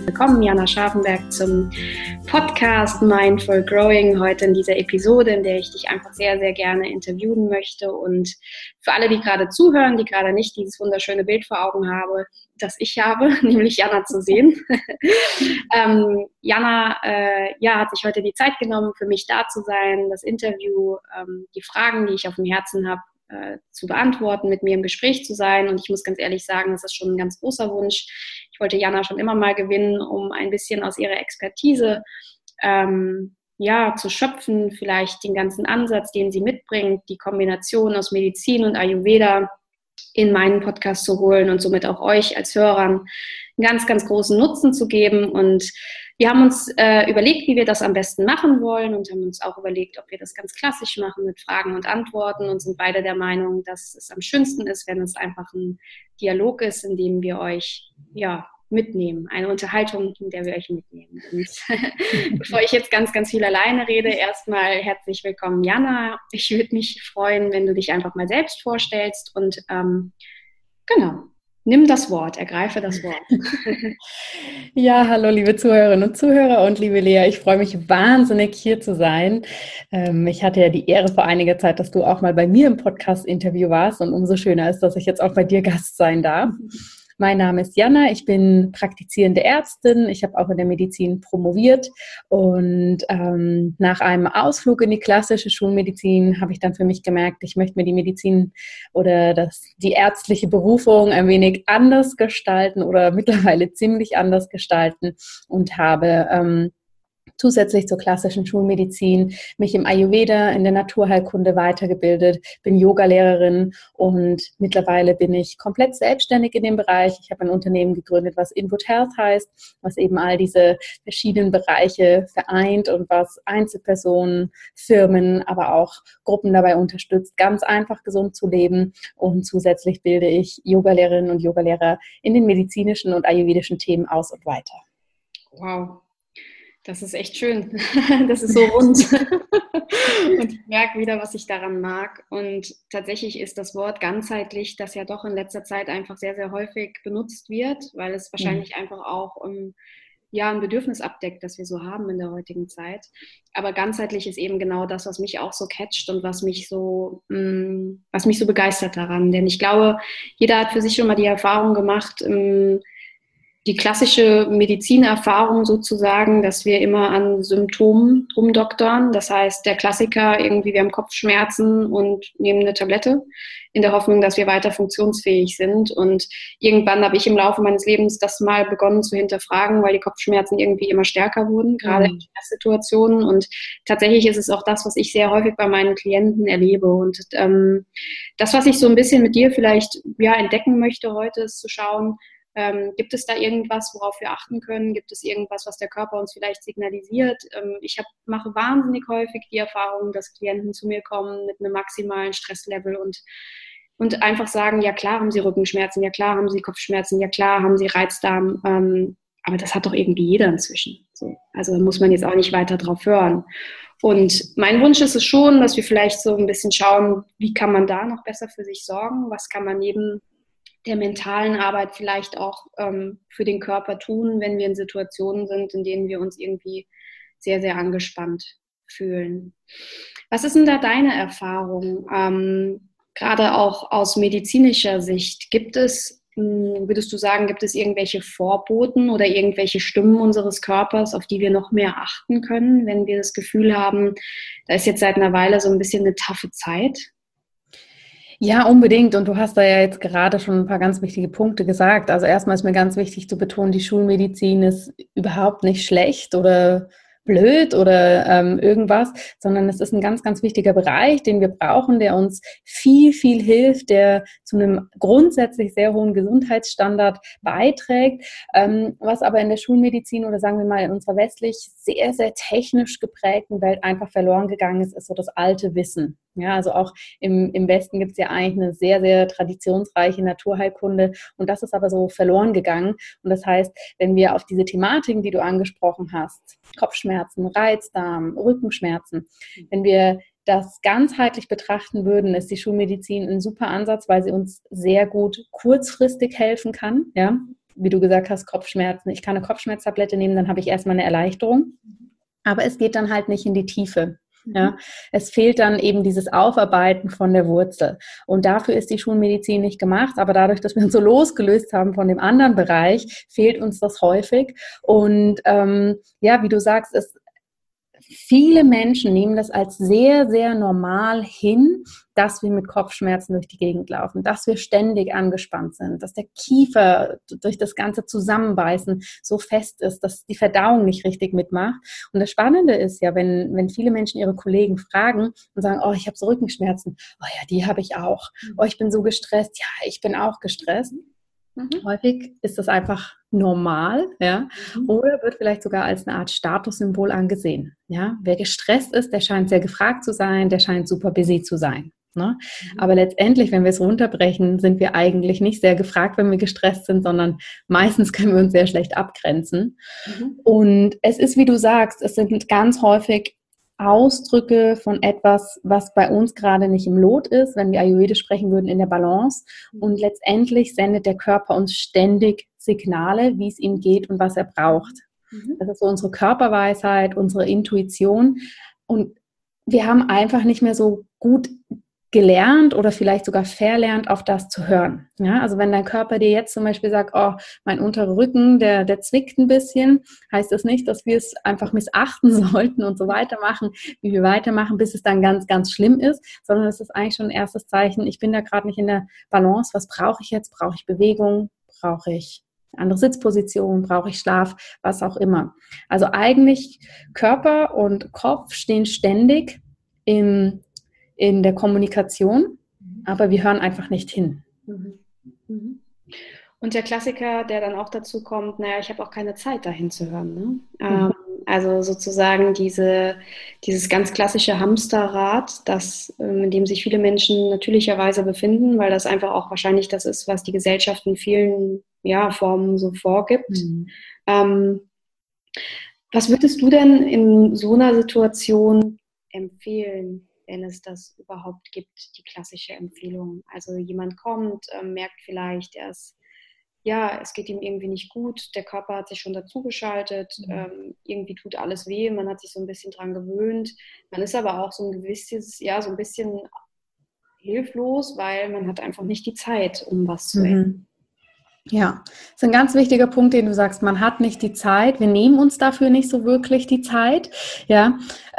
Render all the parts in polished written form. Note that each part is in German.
Willkommen, Jana Scharfenberg, zum Podcast Mindful Growing. Heute in dieser Episode, in der ich dich einfach sehr, sehr gerne interviewen möchte. Und für alle, die gerade zuhören, die gerade nicht dieses wunderschöne Bild vor Augen haben, das ich habe, nämlich Jana zu sehen. Jana hat sich heute die Zeit genommen, für mich da zu sein, das Interview, die Fragen, die ich auf dem Herzen habe, zu beantworten, mit mir im Gespräch zu sein. Und ich muss ganz ehrlich sagen, das ist schon ein ganz großer Wunsch. Ich wollte Jana schon immer mal gewinnen, um ein bisschen aus ihrer Expertise zu schöpfen, vielleicht den ganzen Ansatz, den sie mitbringt, die Kombination aus Medizin und Ayurveda in meinen Podcast zu holen und somit auch euch als Hörern einen ganz, ganz großen Nutzen zu geben. Und wir haben uns überlegt, wie wir das am besten machen wollen und haben uns auch überlegt, ob wir das ganz klassisch machen mit Fragen und Antworten und sind beide der Meinung, dass es am schönsten ist, wenn es einfach ein Dialog ist, in dem wir euch mitnehmen. Eine Unterhaltung, in der wir euch mitnehmen. Und bevor ich jetzt ganz, ganz viel alleine rede, erstmal herzlich willkommen, Jana. Ich würde mich freuen, wenn du dich einfach mal selbst vorstellst und nimm das Wort, ergreife das Wort. Ja, hallo liebe Zuhörerinnen und Zuhörer und liebe Lea, ich freue mich wahnsinnig hier zu sein. Ich hatte ja die Ehre vor einiger Zeit, dass du auch mal bei mir im Podcast-Interview warst und umso schöner ist, dass ich jetzt auch bei dir Gast sein darf. Mein Name ist Jana, ich bin praktizierende Ärztin, ich habe auch in der Medizin promoviert und nach einem Ausflug in die klassische Schulmedizin habe ich dann für mich gemerkt, ich möchte mir die Medizin oder die ärztliche Berufung ein wenig anders gestalten oder mittlerweile ziemlich anders gestalten und habe zusätzlich zur klassischen Schulmedizin mich im Ayurveda, in der Naturheilkunde weitergebildet, bin Yogalehrerin und mittlerweile bin ich komplett selbstständig in dem Bereich. Ich habe ein Unternehmen gegründet, was Input Health heißt, was eben all diese verschiedenen Bereiche vereint und was Einzelpersonen, Firmen, aber auch Gruppen dabei unterstützt, ganz einfach gesund zu leben. Und zusätzlich bilde ich Yogalehrerinnen und Yogalehrer in den medizinischen und ayurvedischen Themen aus und weiter. Wow. Das ist echt schön. Das ist so rund. Und ich merke wieder, was ich daran mag. Und tatsächlich ist das Wort ganzheitlich, das ja doch in letzter Zeit einfach sehr, sehr häufig benutzt wird, weil es wahrscheinlich einfach auch ein Bedürfnis abdeckt, das wir so haben in der heutigen Zeit. Aber ganzheitlich ist eben genau das, was mich auch so catcht und was mich so begeistert daran. Denn ich glaube, jeder hat für sich schon mal die Erfahrung gemacht, die klassische Medizinerfahrung sozusagen, dass wir immer an Symptomen rumdoktern. Das heißt, der Klassiker, irgendwie wir haben Kopfschmerzen und nehmen eine Tablette in der Hoffnung, dass wir weiter funktionsfähig sind. Und irgendwann habe ich im Laufe meines Lebens das mal begonnen zu hinterfragen, weil die Kopfschmerzen irgendwie immer stärker wurden, gerade in Stresssituationen. Und tatsächlich ist es auch das, was ich sehr häufig bei meinen Klienten erlebe. Und das, was ich so ein bisschen mit dir vielleicht entdecken möchte heute, ist zu schauen, gibt es da irgendwas, worauf wir achten können? Gibt es irgendwas, was der Körper uns vielleicht signalisiert? Ich mache wahnsinnig häufig die Erfahrung, dass Klienten zu mir kommen mit einem maximalen Stresslevel und einfach sagen, ja klar haben sie Rückenschmerzen, ja klar haben sie Kopfschmerzen, ja klar haben sie Reizdarm, aber das hat doch irgendwie jeder inzwischen. So. Also da muss man jetzt auch nicht weiter drauf hören. Und mein Wunsch ist es schon, dass wir vielleicht so ein bisschen schauen, wie kann man da noch besser für sich sorgen? Was kann man neben der mentalen Arbeit vielleicht auch für den Körper tun, wenn wir in Situationen sind, in denen wir uns irgendwie sehr, sehr angespannt fühlen. Was ist denn da deine Erfahrung, gerade auch aus medizinischer Sicht? Würdest du sagen, gibt es irgendwelche Vorboten oder irgendwelche Stimmen unseres Körpers, auf die wir noch mehr achten können, wenn wir das Gefühl haben, da ist jetzt seit einer Weile so ein bisschen eine taffe Zeit? Ja, unbedingt. Und du hast da ja jetzt gerade schon ein paar ganz wichtige Punkte gesagt. Also erstmal ist mir ganz wichtig zu betonen, die Schulmedizin ist überhaupt nicht schlecht oder blöd oder irgendwas, sondern es ist ein ganz, ganz wichtiger Bereich, den wir brauchen, der uns viel, viel hilft, der zu einem grundsätzlich sehr hohen Gesundheitsstandard beiträgt, was aber in der Schulmedizin oder sagen wir mal in unserer westlich sehr, sehr technisch geprägten Welt einfach verloren gegangen ist, ist so das alte Wissen. Ja, also auch im Westen gibt es ja eigentlich eine sehr, sehr traditionsreiche Naturheilkunde und das ist aber so verloren gegangen. Und das heißt, wenn wir auf diese Thematiken, die du angesprochen hast, Kopfschmerzen, Reizdarm, Rückenschmerzen, wenn wir das ganzheitlich betrachten würden, ist die Schulmedizin ein super Ansatz, weil sie uns sehr gut kurzfristig helfen kann, ja. wie du gesagt hast, Kopfschmerzen. Ich kann eine Kopfschmerztablette nehmen, dann habe ich erstmal eine Erleichterung. Aber es geht dann halt nicht in die Tiefe. Ja, es fehlt dann eben dieses Aufarbeiten von der Wurzel. Und dafür ist die Schulmedizin nicht gemacht. Aber dadurch, dass wir uns so losgelöst haben von dem anderen Bereich, fehlt uns das häufig. Und ja, wie du sagst, viele Menschen nehmen das als sehr, sehr normal hin, dass wir mit Kopfschmerzen durch die Gegend laufen, dass wir ständig angespannt sind, dass der Kiefer durch das ganze Zusammenbeißen so fest ist, dass die Verdauung nicht richtig mitmacht. Und das Spannende ist ja, wenn viele Menschen ihre Kollegen fragen und sagen, oh, ich habe so Rückenschmerzen, oh ja, die habe ich auch, oh, ich bin so gestresst, ja, ich bin auch gestresst. Häufig ist das einfach normal, ja, oder wird vielleicht sogar als eine Art Statussymbol angesehen. Ja? Wer gestresst ist, der scheint sehr gefragt zu sein, der scheint super busy zu sein. Ne? Aber letztendlich, wenn wir es runterbrechen, sind wir eigentlich nicht sehr gefragt, wenn wir gestresst sind, sondern meistens können wir uns sehr schlecht abgrenzen. Und es ist, wie du sagst, es sind ganz häufig Ausdrücke von etwas, was bei uns gerade nicht im Lot ist, wenn wir Ayurvedisch sprechen würden, in der Balance. Und letztendlich sendet der Körper uns ständig Signale, wie es ihm geht und was er braucht. Das ist so unsere Körperweisheit, unsere Intuition. Und wir haben einfach nicht mehr so gut gelernt oder vielleicht sogar verlernt, auf das zu hören. Ja, also wenn dein Körper dir jetzt zum Beispiel sagt, oh, mein unterer Rücken, der zwickt ein bisschen, heißt das nicht, dass wir es einfach missachten sollten und so weitermachen, wie wir weitermachen, bis es dann ganz, ganz schlimm ist, sondern es ist eigentlich schon ein erstes Zeichen, ich bin da gerade nicht in der Balance, was brauche ich jetzt? Brauche ich Bewegung? Brauche ich eine andere Sitzposition? Brauche ich Schlaf? Was auch immer. Also eigentlich Körper und Kopf stehen ständig in der Kommunikation, aber wir hören einfach nicht hin. Und der Klassiker, der dann auch dazu kommt, naja, ich habe auch keine Zeit, dahin zu hören. Ne? Also sozusagen dieses ganz klassische Hamsterrad, in dem sich viele Menschen natürlicherweise befinden, weil das einfach auch wahrscheinlich das ist, was die Gesellschaft in vielen Formen so vorgibt. Was würdest du denn in so einer Situation empfehlen, wenn es das überhaupt gibt, die klassische Empfehlung? Also jemand kommt, merkt vielleicht, es geht ihm irgendwie nicht gut, der Körper hat sich schon dazugeschaltet, irgendwie tut alles weh, man hat sich so ein bisschen dran gewöhnt, man ist aber auch so ein gewisses, so ein bisschen hilflos, weil man hat einfach nicht die Zeit, um was zu ändern. Ja, das ist ein ganz wichtiger Punkt, den du sagst, man hat nicht die Zeit, wir nehmen uns dafür nicht so wirklich die Zeit, ja,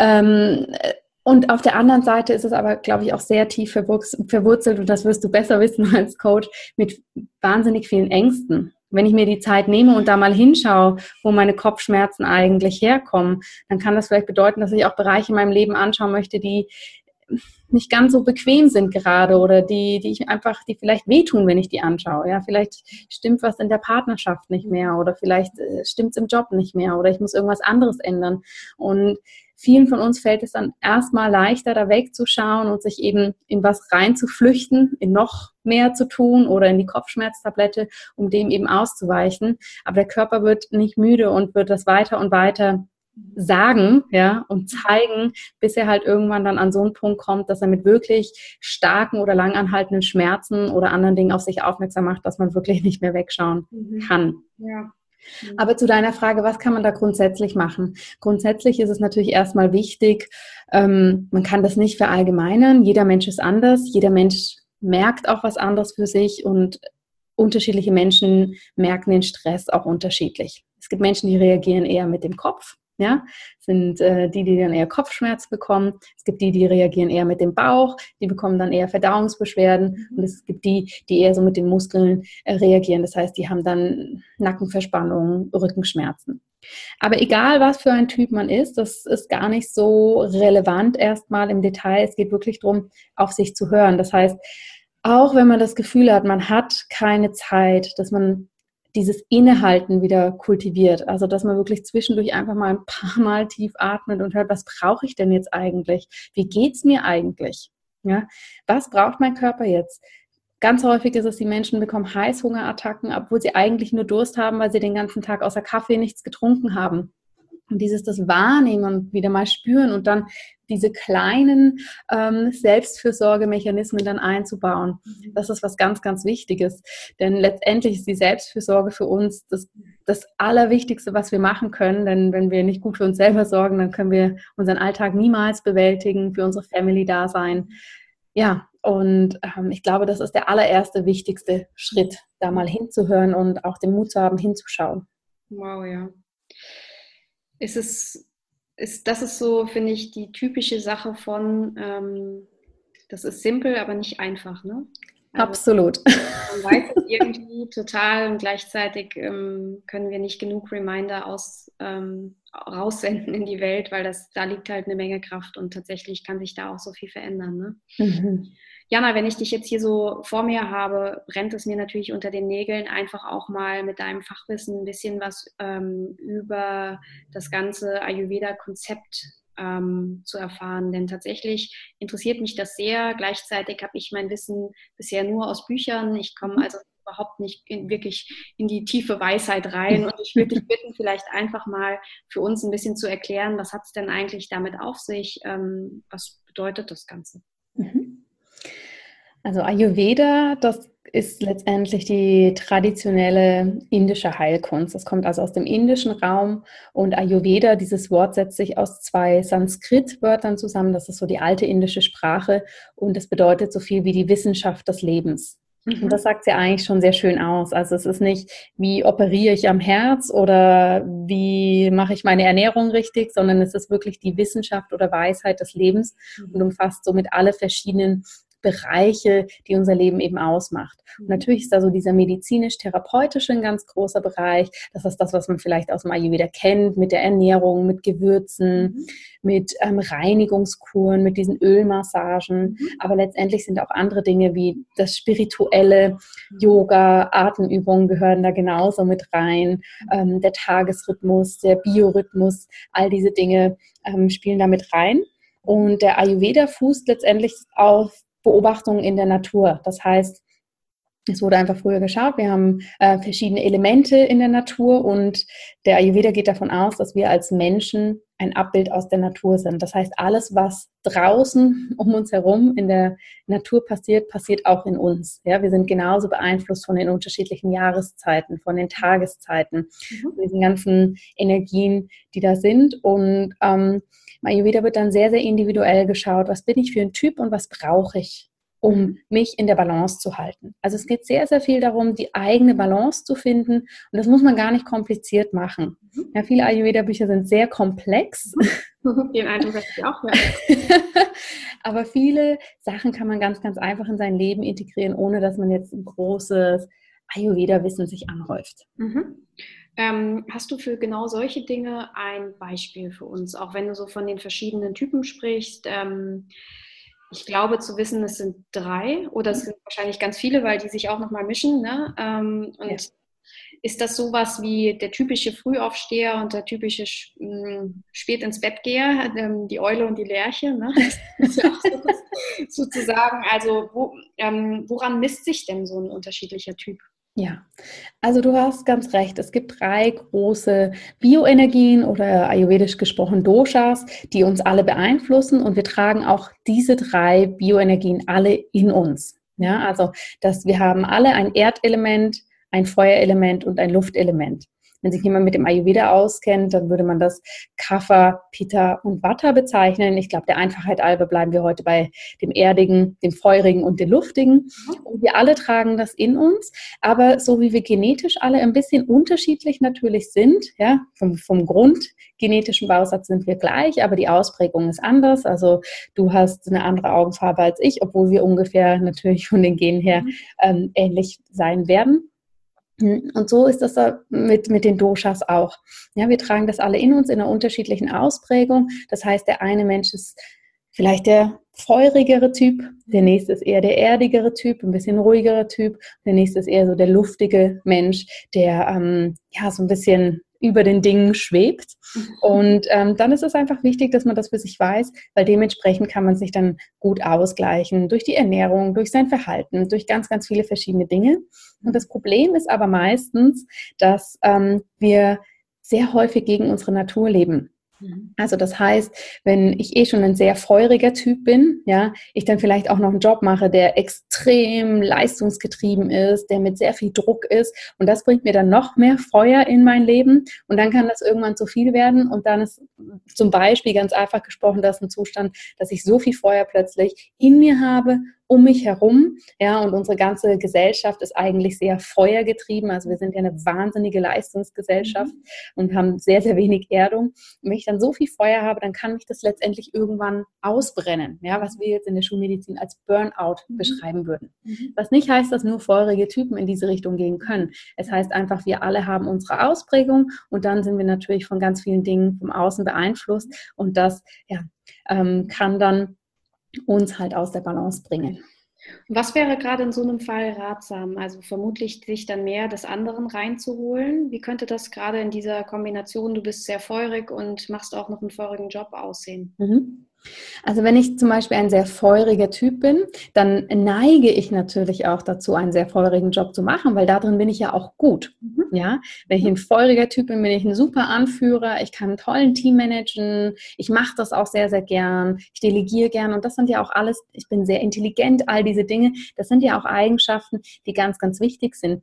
und auf der anderen Seite ist es aber, glaube ich, auch sehr tief verwurzelt, und das wirst du besser wissen als Coach, mit wahnsinnig vielen Ängsten. Wenn ich mir die Zeit nehme und da mal hinschaue, wo meine Kopfschmerzen eigentlich herkommen, dann kann das vielleicht bedeuten, dass ich auch Bereiche in meinem Leben anschauen möchte, die nicht ganz so bequem sind gerade oder die vielleicht wehtun, wenn ich die anschaue. Ja, vielleicht stimmt was in der Partnerschaft nicht mehr oder vielleicht stimmt es im Job nicht mehr oder ich muss irgendwas anderes ändern. Und vielen von uns fällt es dann erstmal leichter, da wegzuschauen und sich eben in was reinzuflüchten, in noch mehr zu tun oder in die Kopfschmerztablette, um dem eben auszuweichen. Aber der Körper wird nicht müde und wird das weiter und weiter sagen, ja, und zeigen, bis er halt irgendwann dann an so einen Punkt kommt, dass er mit wirklich starken oder langanhaltenden Schmerzen oder anderen Dingen auf sich aufmerksam macht, dass man wirklich nicht mehr wegschauen kann. Ja. Aber zu deiner Frage, was kann man da grundsätzlich machen? Grundsätzlich ist es natürlich erstmal wichtig, man kann das nicht verallgemeinern, jeder Mensch ist anders, jeder Mensch merkt auch was anderes für sich und unterschiedliche Menschen merken den Stress auch unterschiedlich. Es gibt Menschen, die reagieren eher mit dem Kopf. Ja, sind die dann eher Kopfschmerz bekommen. Es gibt die reagieren eher mit dem Bauch, die bekommen dann eher Verdauungsbeschwerden. Und es gibt die eher so mit den Muskeln reagieren. Das heißt, die haben dann Nackenverspannungen, Rückenschmerzen. Aber egal, was für ein Typ man ist, das ist gar nicht so relevant erstmal im Detail. Es geht wirklich darum, auf sich zu hören. Das heißt, auch wenn man das Gefühl hat, man hat keine Zeit, dass man dieses Innehalten wieder kultiviert. Also, dass man wirklich zwischendurch einfach mal ein paar Mal tief atmet und hört, was brauche ich denn jetzt eigentlich? Wie geht's mir eigentlich? Ja, was braucht mein Körper jetzt? Ganz häufig ist es, die Menschen bekommen Heißhungerattacken, obwohl sie eigentlich nur Durst haben, weil sie den ganzen Tag außer Kaffee nichts getrunken haben. Und das Wahrnehmen und wieder mal spüren und dann diese kleinen Selbstfürsorgemechanismen dann einzubauen. Das ist was ganz, ganz Wichtiges. Denn letztendlich ist die Selbstfürsorge für uns das Allerwichtigste, was wir machen können. Denn wenn wir nicht gut für uns selber sorgen, dann können wir unseren Alltag niemals bewältigen, für unsere Family da sein. Ja, und ich glaube, das ist der allererste wichtigste Schritt, da mal hinzuhören und auch den Mut zu haben, hinzuschauen. Wow, ja. Das ist so, finde ich, die typische Sache von, das ist simpel, aber nicht einfach, ne? Also, Absolut. man weiß es irgendwie total und gleichzeitig können wir nicht genug Reminder raussenden in die Welt, weil da liegt halt eine Menge Kraft und tatsächlich kann sich da auch so viel verändern, ne? Mhm. Jana, wenn ich dich jetzt hier so vor mir habe, brennt es mir natürlich unter den Nägeln, einfach auch mal mit deinem Fachwissen ein bisschen was über das ganze Ayurveda-Konzept zu erfahren. Denn tatsächlich interessiert mich das sehr. Gleichzeitig habe ich mein Wissen bisher nur aus Büchern. Ich komme also überhaupt nicht wirklich in die tiefe Weisheit rein. Und ich würde dich bitten, vielleicht einfach mal für uns ein bisschen zu erklären, was hat es denn eigentlich damit auf sich? Was bedeutet das Ganze? Mhm. Also Ayurveda, das ist letztendlich die traditionelle indische Heilkunst. Das kommt also aus dem indischen Raum und Ayurveda, dieses Wort setzt sich aus 2 Sanskrit-Wörtern zusammen. Das ist so die alte indische Sprache und es bedeutet so viel wie die Wissenschaft des Lebens. Und das sagt ja eigentlich schon sehr schön aus. Also es ist nicht, wie operiere ich am Herz oder wie mache ich meine Ernährung richtig, sondern es ist wirklich die Wissenschaft oder Weisheit des Lebens und umfasst somit alle verschiedenen Bereiche, die unser Leben eben ausmacht. Und natürlich ist da so dieser medizinisch-therapeutische ein ganz großer Bereich. Das ist das, was man vielleicht aus dem Ayurveda kennt, mit der Ernährung, mit Gewürzen, mit Reinigungskuren, mit diesen Ölmassagen. Aber letztendlich sind auch andere Dinge wie das Spirituelle, Yoga, Atemübungen gehören da genauso mit rein. Der Tagesrhythmus, der Biorhythmus, all diese Dinge spielen da mit rein. Und der Ayurveda fußt letztendlich auf Beobachtungen in der Natur. Das heißt, es wurde einfach früher geschaut, wir haben verschiedene Elemente in der Natur und der Ayurveda geht davon aus, dass wir als Menschen ein Abbild aus der Natur sind. Das heißt, alles, was draußen um uns herum in der Natur passiert, passiert auch in uns. Ja, wir sind genauso beeinflusst von den unterschiedlichen Jahreszeiten, von den Tageszeiten, von diesen ganzen Energien, die da sind. Und im Ayurveda wird dann sehr, sehr individuell geschaut, was bin ich für ein Typ und was brauche ich, um mich in der Balance zu halten. Also es geht sehr, sehr viel darum, die eigene Balance zu finden und das muss man gar nicht kompliziert machen. Ja, viele Ayurveda-Bücher sind sehr komplex. Den Eindruck habe ich auch, ja. Aber viele Sachen kann man ganz, ganz einfach in sein Leben integrieren, ohne dass man jetzt ein großes Ayurveda-Wissen sich anhäuft. Hast du für genau solche Dinge ein Beispiel für uns, auch wenn du so von den verschiedenen Typen sprichst? Ich glaube zu wissen, es sind 3 oder es sind wahrscheinlich ganz viele, weil die sich auch nochmal mischen. Ne? Und ist das sowas wie der typische Frühaufsteher und der typische spät ins Bett Geher, die Eule und die Lerche? Ne? Das ist ja auch sozusagen, also woran misst sich denn so ein unterschiedlicher Typ? Ja, also du hast ganz recht. Es gibt 3 große Bioenergien oder ayurvedisch gesprochen Doshas, die uns alle beeinflussen und wir tragen auch diese 3 Bioenergien alle in uns. Ja, also wir haben alle ein Erdelement, ein Feuerelement und ein Luftelement. Wenn sich jemand mit dem Ayurveda auskennt, dann würde man das Kapha, Pitta und Vata bezeichnen. Ich glaube, der Einfachheit halber bleiben wir heute bei dem Erdigen, dem Feurigen und dem Luftigen. Und wir alle tragen das in uns, aber so wie wir genetisch alle ein bisschen unterschiedlich natürlich sind, ja, vom grundgenetischen Bausatz sind wir gleich, aber die Ausprägung ist anders. Also du hast eine andere Augenfarbe als ich, obwohl wir ungefähr natürlich von den Genen her ähnlich sein werden. Und so ist das da mit den Doshas auch. Ja, wir tragen das alle in uns in einer unterschiedlichen Ausprägung. Das heißt, der eine Mensch ist vielleicht der feurigere Typ, der nächste ist eher der erdigere Typ, ein bisschen ruhigere Typ, der nächste ist eher so der luftige Mensch, der so ein bisschen über den Dingen schwebt. Und dann ist es einfach wichtig, dass man das für sich weiß, weil dementsprechend kann man sich dann gut ausgleichen durch die Ernährung, durch sein Verhalten, durch ganz, ganz viele verschiedene Dinge. Und das Problem ist aber meistens, dass wir sehr häufig gegen unsere Natur leben. Also das heißt, wenn ich schon ein sehr feuriger Typ bin, ja, ich dann vielleicht auch noch einen Job mache, der extrem leistungsgetrieben ist, der mit sehr viel Druck ist und das bringt mir dann noch mehr Feuer in mein Leben und dann kann das irgendwann zu viel werden und dann ist zum Beispiel ganz einfach gesprochen, das ist ein Zustand, dass ich so viel Feuer plötzlich in mir habe, um mich herum, ja, und unsere ganze Gesellschaft ist eigentlich sehr feuergetrieben, also wir sind ja eine wahnsinnige Leistungsgesellschaft und haben sehr, sehr wenig Erdung. Und wenn ich dann so viel Feuer habe, dann kann mich das letztendlich irgendwann ausbrennen, ja, was wir jetzt in der Schulmedizin als Burnout beschreiben würden. Was nicht heißt, dass nur feurige Typen in diese Richtung gehen können. Es heißt einfach, wir alle haben unsere Ausprägung und dann sind wir natürlich von ganz vielen Dingen vom Außen beeinflusst und das kann dann uns halt aus der Balance bringen. Was wäre gerade in so einem Fall ratsam? Also vermutlich sich dann mehr des anderen reinzuholen. Wie könnte das gerade in dieser Kombination, du bist sehr feurig und machst auch noch einen feurigen Job aussehen? Also wenn ich zum Beispiel ein sehr feuriger Typ bin, dann neige ich natürlich auch dazu, einen sehr feurigen Job zu machen, weil darin bin ich ja auch gut. Ja, wenn ich ein feuriger Typ bin, bin ich ein super Anführer, ich kann einen tollen Team managen, ich mache das auch sehr, sehr gern, ich delegiere gern und das sind ja auch alles, ich bin sehr intelligent, all diese Dinge, das sind ja auch Eigenschaften, die ganz, ganz wichtig sind.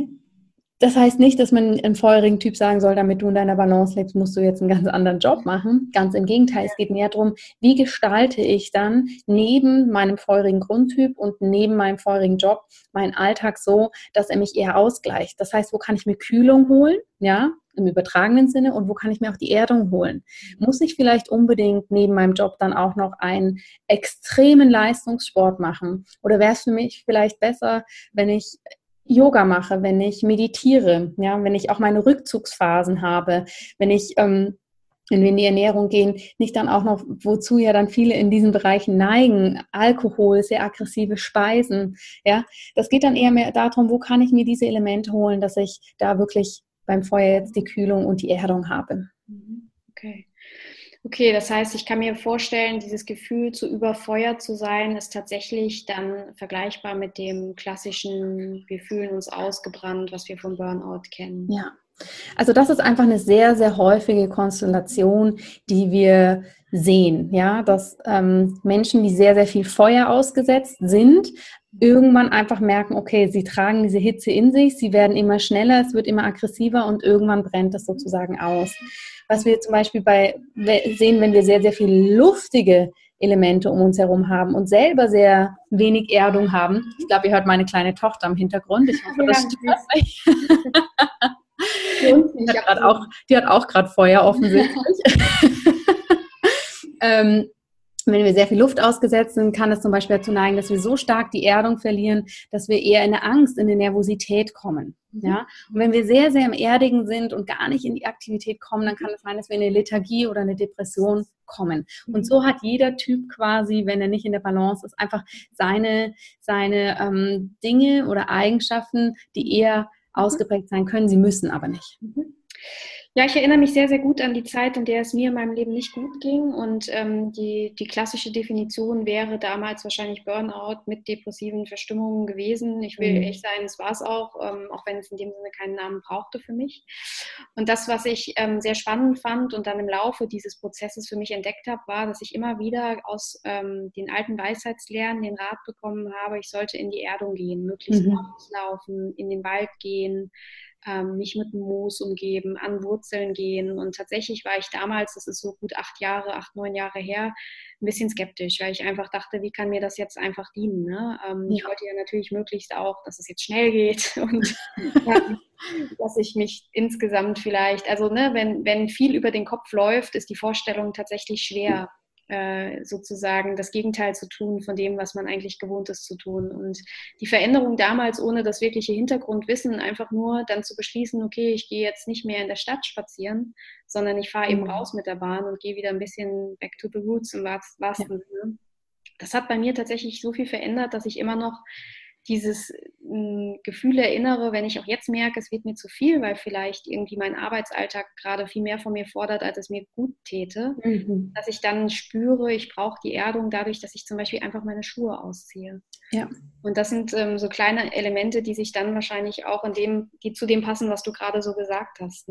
Das heißt nicht, dass man einem feurigen Typ sagen soll, damit du in deiner Balance lebst, musst du jetzt einen ganz anderen Job machen. Ganz im Gegenteil, es geht mehr darum, wie gestalte ich dann neben meinem feurigen Grundtyp und neben meinem feurigen Job meinen Alltag so, dass er mich eher ausgleicht. Das heißt, wo kann ich mir Kühlung holen, ja, im übertragenen Sinne, und wo kann ich mir auch die Erdung holen? Muss ich vielleicht unbedingt neben meinem Job dann auch noch einen extremen Leistungssport machen? Oder wäre es für mich vielleicht besser, wenn ich Yoga mache, wenn ich meditiere, ja, wenn ich auch meine Rückzugsphasen habe, wenn ich, wenn wir in die Ernährung gehen, nicht dann auch noch, wozu ja dann viele in diesen Bereichen neigen, Alkohol, sehr aggressive Speisen, ja, das geht dann eher mehr darum, wo kann ich mir diese Elemente holen, dass ich da wirklich beim Feuer jetzt die Kühlung und die Erdung habe. Okay. Okay, das heißt, ich kann mir vorstellen, dieses Gefühl, zu überfeuert zu sein, ist tatsächlich dann vergleichbar mit dem klassischen, wir fühlen uns ausgebrannt, was wir vom Burnout kennen. Ja, also das ist einfach eine sehr, sehr häufige Konstellation, die wir sehen, ja, dass Menschen, die sehr, sehr viel Feuer ausgesetzt sind, irgendwann einfach merken, okay, sie tragen diese Hitze in sich, sie werden immer schneller, es wird immer aggressiver und irgendwann brennt es sozusagen aus. Was wir zum Beispiel sehen, wenn wir sehr, sehr viel luftige Elemente um uns herum haben und selber sehr wenig Erdung haben. Ich glaube, ihr hört meine kleine Tochter im Hintergrund. Ich hoffe, das stört nicht. Die hat auch gerade Feuer offensichtlich. Wenn wir sehr viel Luft ausgesetzt sind, kann es zum Beispiel dazu neigen, dass wir so stark die Erdung verlieren, dass wir eher in eine Angst, in eine Nervosität kommen. Ja? Und wenn wir sehr, sehr im Erdigen sind und gar nicht in die Aktivität kommen, dann kann es sein, dass wir in eine Lethargie oder eine Depression kommen. Und so hat jeder Typ quasi, wenn er nicht in der Balance ist, einfach seine Dinge oder Eigenschaften, die eher ausgeprägt sein können. Sie müssen aber nicht. Ja, ich erinnere mich sehr, sehr gut an die Zeit, in der es mir in meinem Leben nicht gut ging. Und die klassische Definition wäre damals wahrscheinlich Burnout mit depressiven Verstimmungen gewesen. Ich will ehrlich sein, es war es auch wenn es in dem Sinne keinen Namen brauchte für mich. Und das, was ich sehr spannend fand und dann im Laufe dieses Prozesses für mich entdeckt habe, war, dass ich immer wieder aus den alten Weisheitslehren den Rat bekommen habe, ich sollte in die Erdung gehen, möglichst rauslaufen, in den Wald gehen, mich mit Moos umgeben, an Wurzeln gehen. Und tatsächlich war ich damals, das ist so gut 8, 9 Jahre her, ein bisschen skeptisch, weil ich einfach dachte, wie kann mir das jetzt einfach dienen? Ne? Ich wollte ja natürlich möglichst auch, dass es jetzt schnell geht und dass ich mich insgesamt vielleicht, also ne, wenn viel über den Kopf läuft, ist die Vorstellung tatsächlich schwer, sozusagen das Gegenteil zu tun von dem, was man eigentlich gewohnt ist zu tun. Und die Veränderung damals ohne das wirkliche Hintergrundwissen, einfach nur dann zu beschließen, okay, ich gehe jetzt nicht mehr in der Stadt spazieren, sondern ich fahre eben raus mit der Bahn und gehe wieder ein bisschen back to the roots im wahrsten Sinne. Das hat bei mir tatsächlich so viel verändert, dass ich immer noch dieses Gefühl erinnere, wenn ich auch jetzt merke, es wird mir zu viel, weil vielleicht irgendwie mein Arbeitsalltag gerade viel mehr von mir fordert, als es mir gut täte, dass ich dann spüre, ich brauche die Erdung dadurch, dass ich zum Beispiel einfach meine Schuhe ausziehe. Ja. Und das sind so kleine Elemente, die sich dann wahrscheinlich auch die zu dem passen, was du gerade so gesagt hast, ne?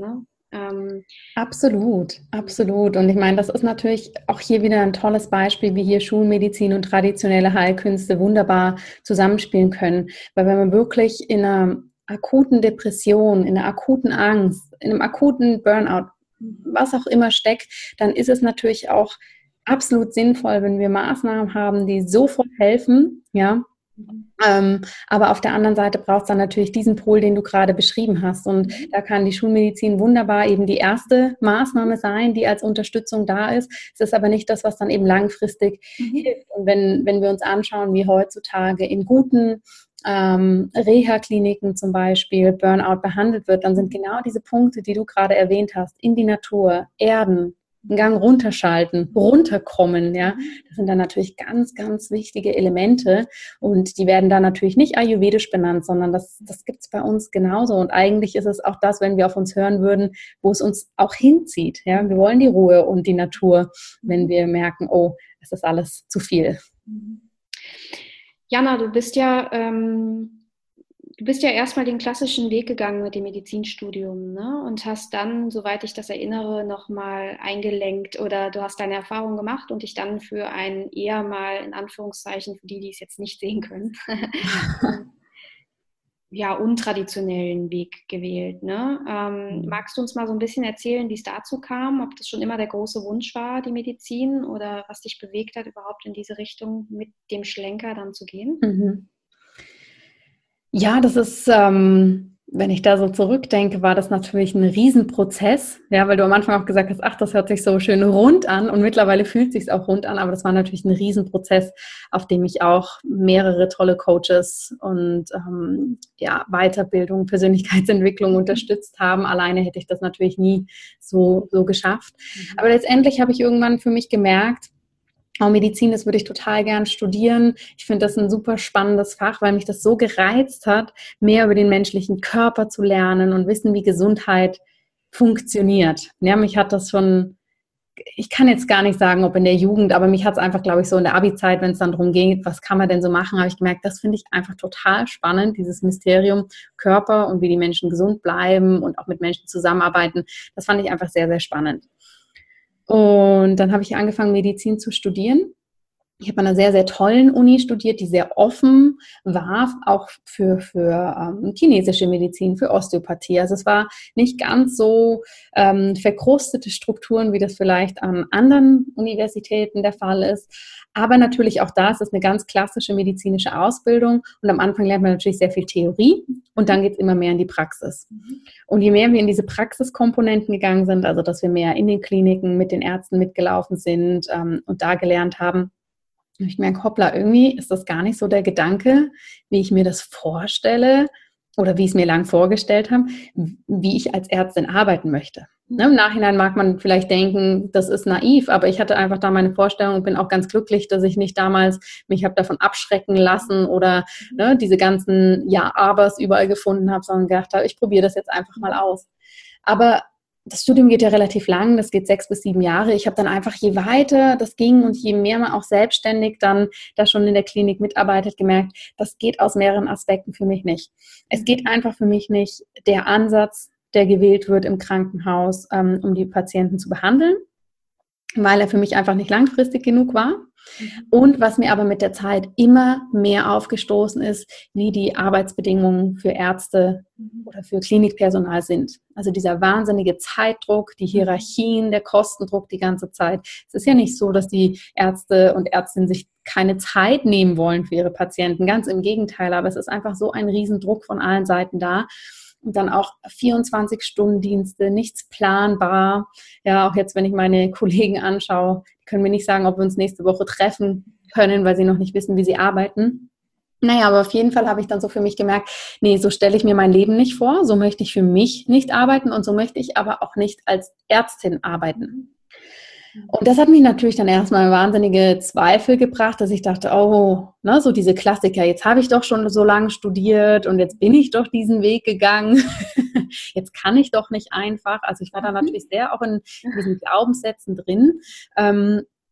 Absolut, absolut. Und ich meine, das ist natürlich auch hier wieder ein tolles Beispiel, wie hier Schulmedizin und traditionelle Heilkünste wunderbar zusammenspielen können. Weil wenn man wirklich in einer akuten Depression, in einer akuten Angst, in einem akuten Burnout, was auch immer steckt, dann ist es natürlich auch absolut sinnvoll, wenn wir Maßnahmen haben, die sofort helfen, ja. Aber auf der anderen Seite braucht es dann natürlich diesen Pol, den du gerade beschrieben hast. Und da kann die Schulmedizin wunderbar eben die erste Maßnahme sein, die als Unterstützung da ist. Es ist aber nicht das, was dann eben langfristig hilft. Und wenn wir uns anschauen, wie heutzutage in guten Reha-Kliniken zum Beispiel Burnout behandelt wird, dann sind genau diese Punkte, die du gerade erwähnt hast, in die Natur, Erden, einen Gang runterschalten, runterkommen, ja. Das sind dann natürlich ganz, ganz wichtige Elemente und die werden dann natürlich nicht ayurvedisch benannt, sondern das gibt es bei uns genauso und eigentlich ist es auch das, wenn wir auf uns hören würden, wo es uns auch hinzieht, ja. Wir wollen die Ruhe und die Natur, wenn wir merken, oh, es ist alles zu viel. Jana, du bist ja erstmal den klassischen Weg gegangen mit dem Medizinstudium, ne? Und hast dann, soweit ich das erinnere, nochmal eingelenkt oder du hast deine Erfahrung gemacht und dich dann für einen eher mal, in Anführungszeichen, für die, die es jetzt nicht sehen können, ja, untraditionellen Weg gewählt, ne? Magst du uns mal so ein bisschen erzählen, wie es dazu kam, ob das schon immer der große Wunsch war, die Medizin, oder was dich bewegt hat, überhaupt in diese Richtung mit dem Schlenker dann zu gehen? Mhm. Ja, das ist, wenn ich da so zurückdenke, war das natürlich ein Riesenprozess, ja, weil du am Anfang auch gesagt hast, ach, das hört sich so schön rund an und mittlerweile fühlt es sich auch rund an, aber das war natürlich ein Riesenprozess, auf dem ich auch mehrere tolle Coaches und ja, Weiterbildung, Persönlichkeitsentwicklung unterstützt haben. Alleine hätte ich das natürlich nie so geschafft. Aber letztendlich habe ich irgendwann für mich gemerkt, auch Medizin, das würde ich total gern studieren. Ich finde das ein super spannendes Fach, weil mich das so gereizt hat, mehr über den menschlichen Körper zu lernen und wissen, wie Gesundheit funktioniert. Ja, mich hat das schon, ich kann jetzt gar nicht sagen, ob in der Jugend, aber mich hat es einfach, glaube ich, so in der Abi-Zeit, wenn es dann darum geht, was kann man denn so machen, habe ich gemerkt, das finde ich einfach total spannend, dieses Mysterium Körper und wie die Menschen gesund bleiben und auch mit Menschen zusammenarbeiten. Das fand ich einfach sehr, sehr spannend. Und dann habe ich angefangen, Medizin zu studieren. Ich habe an einer sehr, sehr tollen Uni studiert, die sehr offen war, auch für chinesische Medizin, für Osteopathie. Also es war nicht ganz so verkrustete Strukturen, wie das vielleicht an anderen Universitäten der Fall ist. Aber natürlich auch da ist es eine ganz klassische medizinische Ausbildung. Und am Anfang lernt man natürlich sehr viel Theorie und dann geht es immer mehr in die Praxis. Und je mehr wir in diese Praxiskomponenten gegangen sind, also dass wir mehr in den Kliniken mit den Ärzten mitgelaufen sind und da gelernt haben, ich merke, hoppla, irgendwie ist das gar nicht so der Gedanke, wie ich mir das vorstelle oder wie ich es mir lang vorgestellt habe, wie ich als Ärztin arbeiten möchte. Ne, im Nachhinein mag man vielleicht denken, das ist naiv, aber ich hatte einfach da meine Vorstellung und bin auch ganz glücklich, dass ich nicht damals mich habe davon abschrecken lassen oder ne, diese ganzen Ja-Abers überall gefunden habe, sondern gedacht habe, ich probiere das jetzt einfach mal aus. Aber das Studium geht ja relativ lang, das geht 6 bis 7 Jahre. Ich habe dann einfach, je weiter das ging und je mehr man auch selbstständig dann da schon in der Klinik mitarbeitet, gemerkt, das geht aus mehreren Aspekten für mich nicht. Es geht einfach für mich nicht der Ansatz, der gewählt wird im Krankenhaus, um die Patienten zu behandeln, weil er für mich einfach nicht langfristig genug war. Und was mir aber mit der Zeit immer mehr aufgestoßen ist, wie die Arbeitsbedingungen für Ärzte oder für Klinikpersonal sind. Also dieser wahnsinnige Zeitdruck, die Hierarchien, der Kostendruck die ganze Zeit. Es ist ja nicht so, dass die Ärzte und Ärztinnen sich keine Zeit nehmen wollen für ihre Patienten. Ganz im Gegenteil, aber es ist einfach so ein Riesendruck von allen Seiten da. Und dann auch 24-Stunden-Dienste, nichts planbar. Ja, auch jetzt, wenn ich meine Kollegen anschaue, die können mir nicht sagen, ob wir uns nächste Woche treffen können, weil sie noch nicht wissen, wie sie arbeiten. Naja, aber auf jeden Fall habe ich dann so für mich gemerkt, nee, so stelle ich mir mein Leben nicht vor, so möchte ich für mich nicht arbeiten und so möchte ich aber auch nicht als Ärztin arbeiten. Und das hat mich natürlich dann erstmal wahnsinnige Zweifel gebracht, dass ich dachte, oh, ne, so diese Klassiker, jetzt habe ich doch schon so lange studiert und jetzt bin ich doch diesen Weg gegangen. Jetzt kann ich doch nicht einfach. Also ich war da natürlich sehr auch in diesen Glaubenssätzen drin.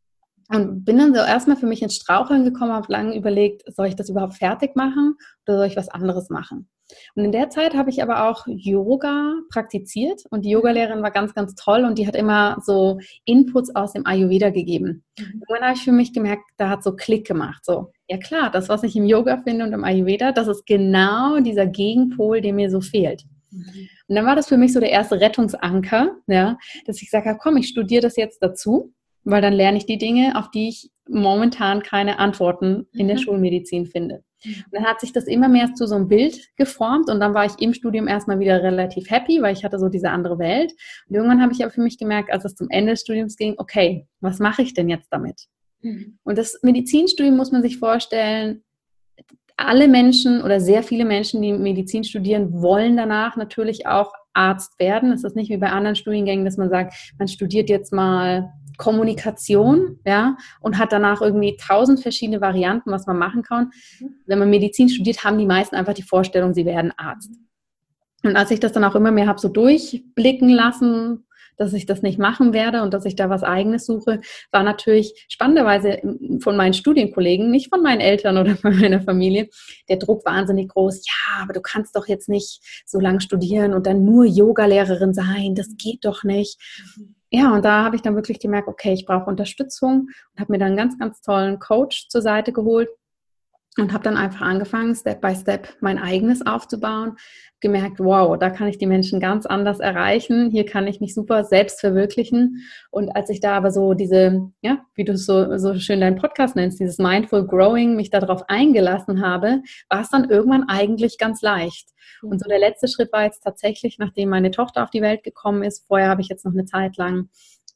Und bin dann so erstmal für mich ins Straucheln gekommen, habe lange überlegt, soll ich das überhaupt fertig machen oder soll ich was anderes machen? Und in der Zeit habe ich aber auch Yoga praktiziert und die Yogalehrerin war ganz, ganz toll und die hat immer so Inputs aus dem Ayurveda gegeben. Und dann habe ich für mich gemerkt, da hat so Klick gemacht. So, ja klar, das, was ich im Yoga finde und im Ayurveda, das ist genau dieser Gegenpol, der mir so fehlt. Und dann war das für mich so der erste Rettungsanker, ja, dass ich gesagt habe, komm, ich studiere das jetzt dazu, weil dann lerne ich die Dinge, auf die ich momentan keine Antworten in der Schulmedizin finde. Und dann hat sich das immer mehr zu so einem Bild geformt und dann war ich im Studium erstmal wieder relativ happy, weil ich hatte so diese andere Welt. Und irgendwann habe ich aber für mich gemerkt, als es zum Ende des Studiums ging, okay, was mache ich denn jetzt damit? Und das Medizinstudium muss man sich vorstellen, alle Menschen oder sehr viele Menschen, die Medizin studieren, wollen danach natürlich auch Arzt werden. Es ist nicht wie bei anderen Studiengängen, dass man sagt, man studiert jetzt mal Kommunikation, ja, und hat danach irgendwie 1000 verschiedene Varianten, was man machen kann. Wenn man Medizin studiert, haben die meisten einfach die Vorstellung, sie werden Arzt. Und als ich das dann auch immer mehr habe so durchblicken lassen, dass ich das nicht machen werde und dass ich da was Eigenes suche, war natürlich spannenderweise von meinen Studienkollegen, nicht von meinen Eltern oder von meiner Familie, der Druck wahnsinnig groß. Ja, aber du kannst doch jetzt nicht so lange studieren und dann nur Yogalehrerin sein, das geht doch nicht. Ja, und da habe ich dann wirklich gemerkt, okay, ich brauche Unterstützung und habe mir dann einen ganz, ganz tollen Coach zur Seite geholt und habe dann einfach angefangen, Step by Step mein eigenes aufzubauen. Gemerkt, wow, da kann ich die Menschen ganz anders erreichen. Hier kann ich mich super selbst verwirklichen. Und als ich da aber so diese, ja, wie du es so schön deinen Podcast nennst, dieses Mindful Growing, mich darauf eingelassen habe, war es dann irgendwann eigentlich ganz leicht. Und so der letzte Schritt war jetzt tatsächlich, nachdem meine Tochter auf die Welt gekommen ist, vorher habe ich jetzt noch eine Zeit lang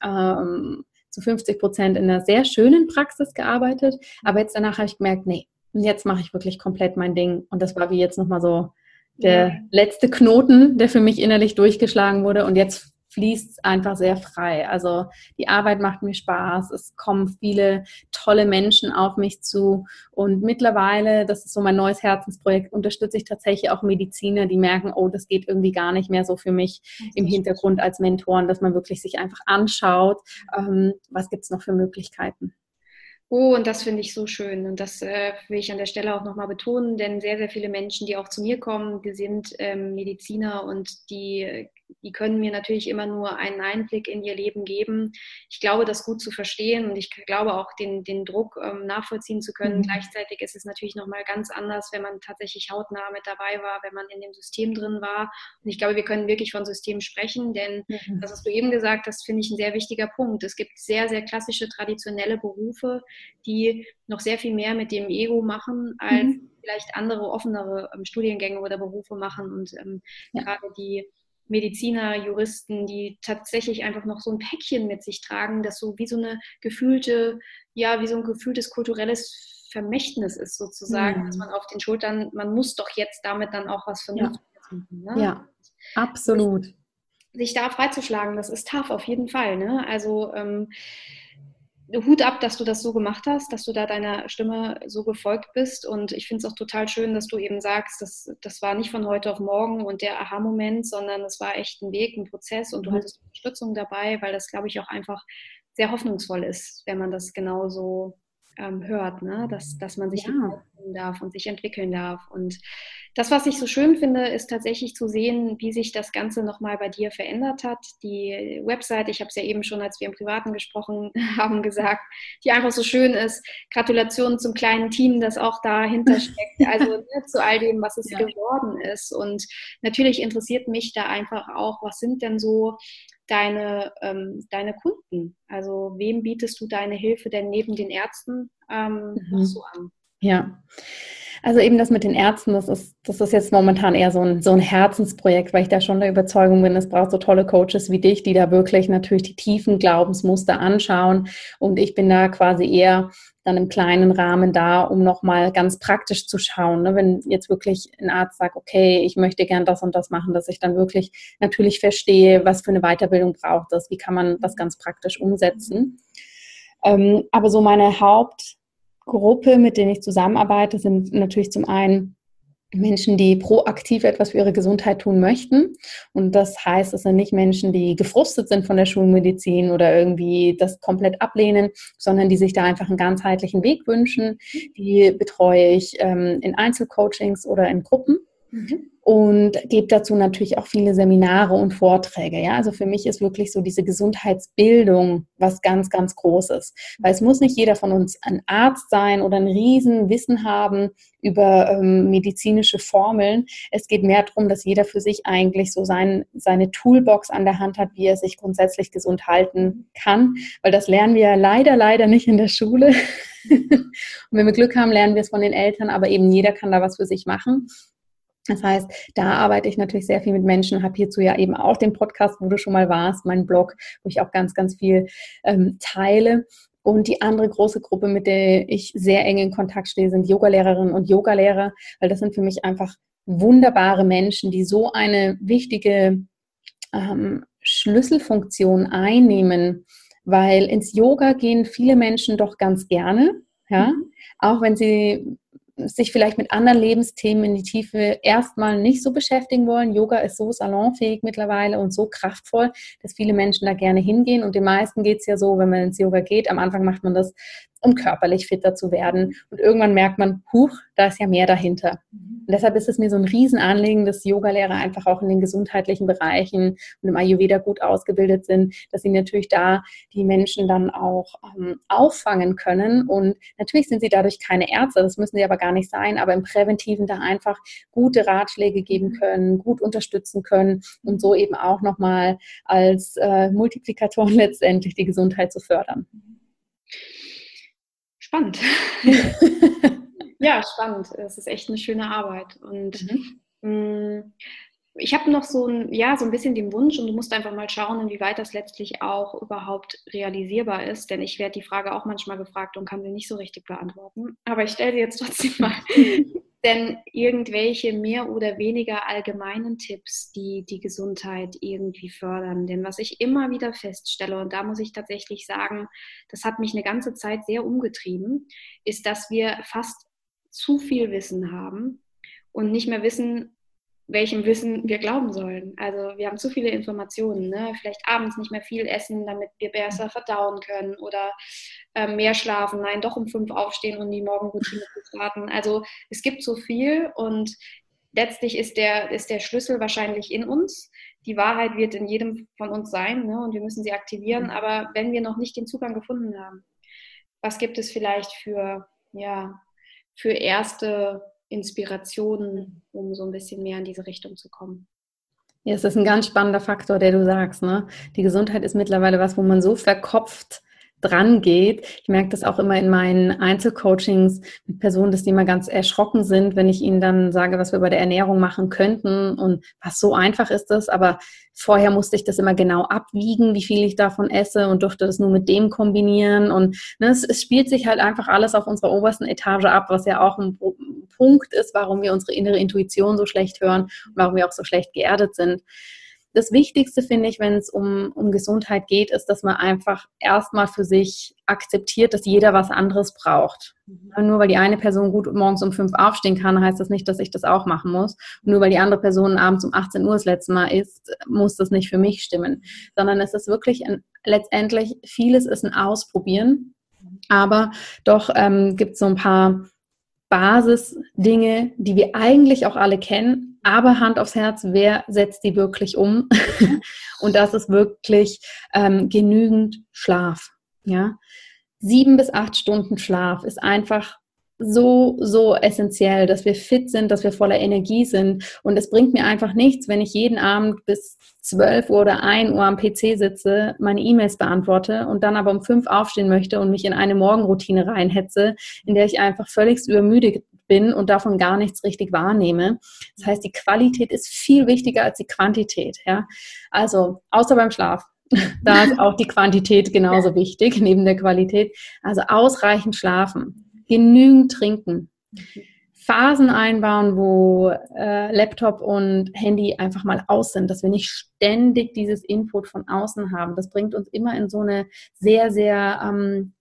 zu 50% in einer sehr schönen Praxis gearbeitet. Aber jetzt danach habe ich gemerkt, nee, und jetzt mache ich wirklich komplett mein Ding. Und das war wie jetzt nochmal so der letzte Knoten, der für mich innerlich durchgeschlagen wurde. Und jetzt fließt es einfach sehr frei. Also die Arbeit macht mir Spaß. Es kommen viele tolle Menschen auf mich zu. Und mittlerweile, das ist so mein neues Herzensprojekt, unterstütze ich tatsächlich auch Mediziner, die merken, oh, das geht irgendwie gar nicht mehr so für mich im Hintergrund als Mentoren, dass man wirklich sich einfach anschaut, was gibt es noch für Möglichkeiten. Oh, und das finde ich so schön. Und das will ich an der Stelle auch nochmal betonen, denn sehr, sehr viele Menschen, die auch zu mir kommen, die sind Mediziner und die können mir natürlich immer nur einen Einblick in ihr Leben geben. Ich glaube, das gut zu verstehen und ich glaube auch den Druck nachvollziehen zu können. Gleichzeitig ist es natürlich nochmal ganz anders, wenn man tatsächlich hautnah mit dabei war, wenn man in dem System drin war. Und ich glaube, wir können wirklich von System sprechen, denn das, was du eben gesagt hast, finde ich ein sehr wichtiger Punkt. Es gibt sehr, sehr klassische, traditionelle Berufe, die noch sehr viel mehr mit dem Ego machen, als vielleicht andere, offenere Studiengänge oder Berufe machen. Und gerade die Mediziner, Juristen, die tatsächlich einfach noch so ein Päckchen mit sich tragen, das so wie so eine gefühlte, ja, wie so ein gefühltes kulturelles Vermächtnis ist sozusagen, dass man auf den Schultern, man muss doch jetzt damit dann auch was Vernünftiges machen. Ne? Ja, absolut. Sich da freizuschlagen, das ist tough, auf jeden Fall. Ne? Also Hut ab, dass du das so gemacht hast, dass du da deiner Stimme so gefolgt bist. Und ich finde es auch total schön, dass du eben sagst, das war nicht von heute auf morgen und der Aha-Moment, sondern es war echt ein Weg, ein Prozess und du hattest Unterstützung dabei, weil das, glaube ich, auch einfach sehr hoffnungsvoll ist, wenn man das genauso hört, ne? Dass man sich entwickeln darf und sich entwickeln darf. Und das, was ich so schön finde, ist tatsächlich zu sehen, wie sich das Ganze nochmal bei dir verändert hat. Die Website, ich habe es ja eben schon, als wir im Privaten gesprochen haben, gesagt, die einfach so schön ist. Gratulation zum kleinen Team, das auch dahinter steckt. Also zu all dem, was es geworden ist. Und natürlich interessiert mich da einfach auch, was sind denn so deine Kunden? Also wem bietest du deine Hilfe denn neben den Ärzten noch so an? Ja, also eben das mit den Ärzten, das ist jetzt momentan eher so ein Herzensprojekt, weil ich da schon der Überzeugung bin, es braucht so tolle Coaches wie dich, die da wirklich natürlich die tiefen Glaubensmuster anschauen. Und ich bin da quasi eher dann im kleinen Rahmen da, um nochmal ganz praktisch zu schauen. Ne? Wenn jetzt wirklich ein Arzt sagt, okay, ich möchte gern das und das machen, dass ich dann wirklich natürlich verstehe, was für eine Weiterbildung braucht es, wie kann man das ganz praktisch umsetzen. Aber so meine Hauptgruppe, mit denen ich zusammenarbeite, sind natürlich zum einen Menschen, die proaktiv etwas für ihre Gesundheit tun möchten. Und das heißt, es sind nicht Menschen, die gefrustet sind von der Schulmedizin oder irgendwie das komplett ablehnen, sondern die sich da einfach einen ganzheitlichen Weg wünschen. Die betreue ich in Einzelcoachings oder in Gruppen. Und gebe dazu natürlich auch viele Seminare und Vorträge. Ja, also für mich ist wirklich so diese Gesundheitsbildung was ganz, ganz Großes. Weil es muss nicht jeder von uns ein Arzt sein oder ein Riesenwissen haben über medizinische Formeln. Es geht mehr darum, dass jeder für sich eigentlich so seine Toolbox an der Hand hat, wie er sich grundsätzlich gesund halten kann. Weil das lernen wir leider nicht in der Schule. Und wenn wir Glück haben, lernen wir es von den Eltern, aber eben jeder kann da was für sich machen. Das heißt, da arbeite ich natürlich sehr viel mit Menschen, habe hierzu ja eben auch den Podcast, wo du schon mal warst, meinen Blog, wo ich auch ganz, ganz viel teile. Und die andere große Gruppe, mit der ich sehr eng in Kontakt stehe, sind Yogalehrerinnen und Yogalehrer, weil das sind für mich einfach wunderbare Menschen, die so eine wichtige Schlüsselfunktion einnehmen, weil ins Yoga gehen viele Menschen doch ganz gerne, ja, auch wenn sie sich vielleicht mit anderen Lebensthemen in die Tiefe erstmal nicht so beschäftigen wollen. Yoga ist so salonfähig mittlerweile und so kraftvoll, dass viele Menschen da gerne hingehen. Und den meisten geht es ja so, wenn man ins Yoga geht, am Anfang macht man das, um körperlich fitter zu werden. Und irgendwann merkt man, huch, da ist ja mehr dahinter. Und deshalb ist es mir so ein Riesenanliegen, dass Yogalehrer einfach auch in den gesundheitlichen Bereichen und im Ayurveda gut ausgebildet sind, dass sie natürlich da die Menschen dann auch auffangen können. Und natürlich sind sie dadurch keine Ärzte, das müssen sie aber gar nicht sein, aber im Präventiven da einfach gute Ratschläge geben können, gut unterstützen können und so eben auch nochmal als Multiplikatoren letztendlich die Gesundheit zu fördern. Spannend. Ja, spannend. Es ist echt eine schöne Arbeit. Und ich habe noch so ein bisschen den Wunsch, und du musst einfach mal schauen, inwieweit das letztlich auch überhaupt realisierbar ist, denn ich werde die Frage auch manchmal gefragt und kann sie nicht so richtig beantworten. Aber ich stelle sie jetzt trotzdem mal. Denn irgendwelche mehr oder weniger allgemeinen Tipps, die die Gesundheit irgendwie fördern. Denn was ich immer wieder feststelle, und da muss ich tatsächlich sagen, das hat mich eine ganze Zeit sehr umgetrieben, ist, dass wir fast zu viel Wissen haben und nicht mehr wissen, welchem Wissen wir glauben sollen. Also wir haben zu viele Informationen, ne? Vielleicht abends nicht mehr viel essen, damit wir besser verdauen können oder mehr schlafen, nein, doch um 5 aufstehen und die Morgenroutine zu starten. Also es gibt so viel und letztlich ist der Schlüssel wahrscheinlich in uns. Die Wahrheit wird in jedem von uns sein, ne? Und wir müssen sie aktivieren. Aber wenn wir noch nicht den Zugang gefunden haben, was gibt es vielleicht für erste Inspirationen, um so ein bisschen mehr in diese Richtung zu kommen? Ja, es ist ein ganz spannender Faktor, der du sagst, ne? Die Gesundheit ist mittlerweile was, wo man so verkopft dran geht. Ich merke das auch immer in meinen Einzelcoachings mit Personen, dass die immer ganz erschrocken sind, wenn ich ihnen dann sage, was wir bei der Ernährung machen könnten und was so einfach ist das, aber vorher musste ich das immer genau abwiegen, wie viel ich davon esse und durfte das nur mit dem kombinieren und ne, es spielt sich halt einfach alles auf unserer obersten Etage ab, was ja auch ein Punkt ist, warum wir unsere innere Intuition so schlecht hören und warum wir auch so schlecht geerdet sind. Das Wichtigste, finde ich, wenn es um Gesundheit geht, ist, dass man einfach erstmal für sich akzeptiert, dass jeder was anderes braucht. Nur weil die eine Person gut morgens um 5 aufstehen kann, heißt das nicht, dass ich das auch machen muss. Und nur weil die andere Person abends um 18 Uhr das letzte Mal isst, muss das nicht für mich stimmen. Sondern es ist wirklich letztendlich, vieles ist ein Ausprobieren. Aber doch gibt es so ein paar Basisdinge, die wir eigentlich auch alle kennen, aber Hand aufs Herz, wer setzt die wirklich um? Und das ist wirklich genügend Schlaf. Ja? 7 bis 8 Stunden Schlaf ist einfach so essentiell, dass wir fit sind, dass wir voller Energie sind. Und es bringt mir einfach nichts, wenn ich jeden Abend bis 12 Uhr oder 1 Uhr am PC sitze, meine E-Mails beantworte und dann aber um 5 aufstehen möchte und mich in eine Morgenroutine reinhetze, in der ich einfach völlig übermüdet bin und davon gar nichts richtig wahrnehme. Das heißt, die Qualität ist viel wichtiger als die Quantität. Ja? Also, außer beim Schlaf. Da ist auch die Quantität genauso wichtig, neben der Qualität. Also ausreichend schlafen. Genügend trinken, Phasen einbauen, wo Laptop und Handy einfach mal aus sind, dass wir nicht ständig dieses Input von außen haben. Das bringt uns immer in so eine sehr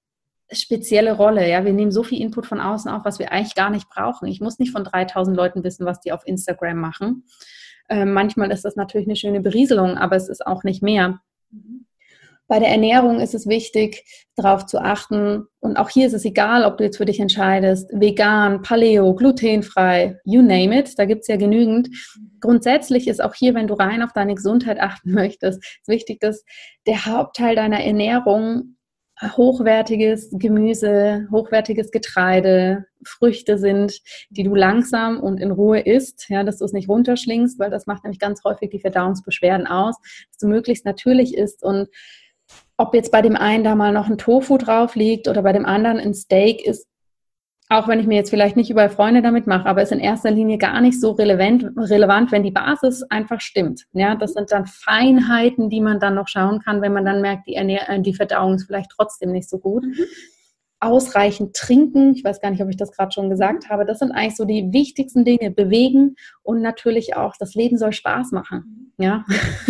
spezielle Rolle. Ja, wir nehmen so viel Input von außen auf, was wir eigentlich gar nicht brauchen. Ich muss nicht von 3000 Leuten wissen, was die auf Instagram machen. Manchmal ist das natürlich eine schöne Berieselung, aber es ist auch nicht mehr. Bei der Ernährung ist es wichtig, darauf zu achten. Und auch hier ist es egal, ob du jetzt für dich entscheidest, vegan, Paleo, glutenfrei, you name it, da gibt es ja genügend. Grundsätzlich ist auch hier, wenn du rein auf deine Gesundheit achten möchtest, ist wichtig, dass der Hauptteil deiner Ernährung hochwertiges Gemüse, hochwertiges Getreide, Früchte sind, die du langsam und in Ruhe isst, ja, dass du es nicht runterschlingst, weil das macht nämlich ganz häufig die Verdauungsbeschwerden aus, dass du möglichst natürlich isst. Und ob jetzt bei dem einen da mal noch ein Tofu drauf liegt oder bei dem anderen ein Steak, ist, auch wenn ich mir jetzt vielleicht nicht überall Freunde damit mache, aber ist in erster Linie gar nicht so relevant, wenn die Basis einfach stimmt. Ja, das sind dann Feinheiten, die man dann noch schauen kann, wenn man dann merkt, die Verdauung ist vielleicht trotzdem nicht so gut. Ausreichend trinken, ich weiß gar nicht, ob ich das gerade schon gesagt habe, das sind eigentlich so die wichtigsten Dinge. Bewegen und natürlich auch, das Leben soll Spaß machen. Ja?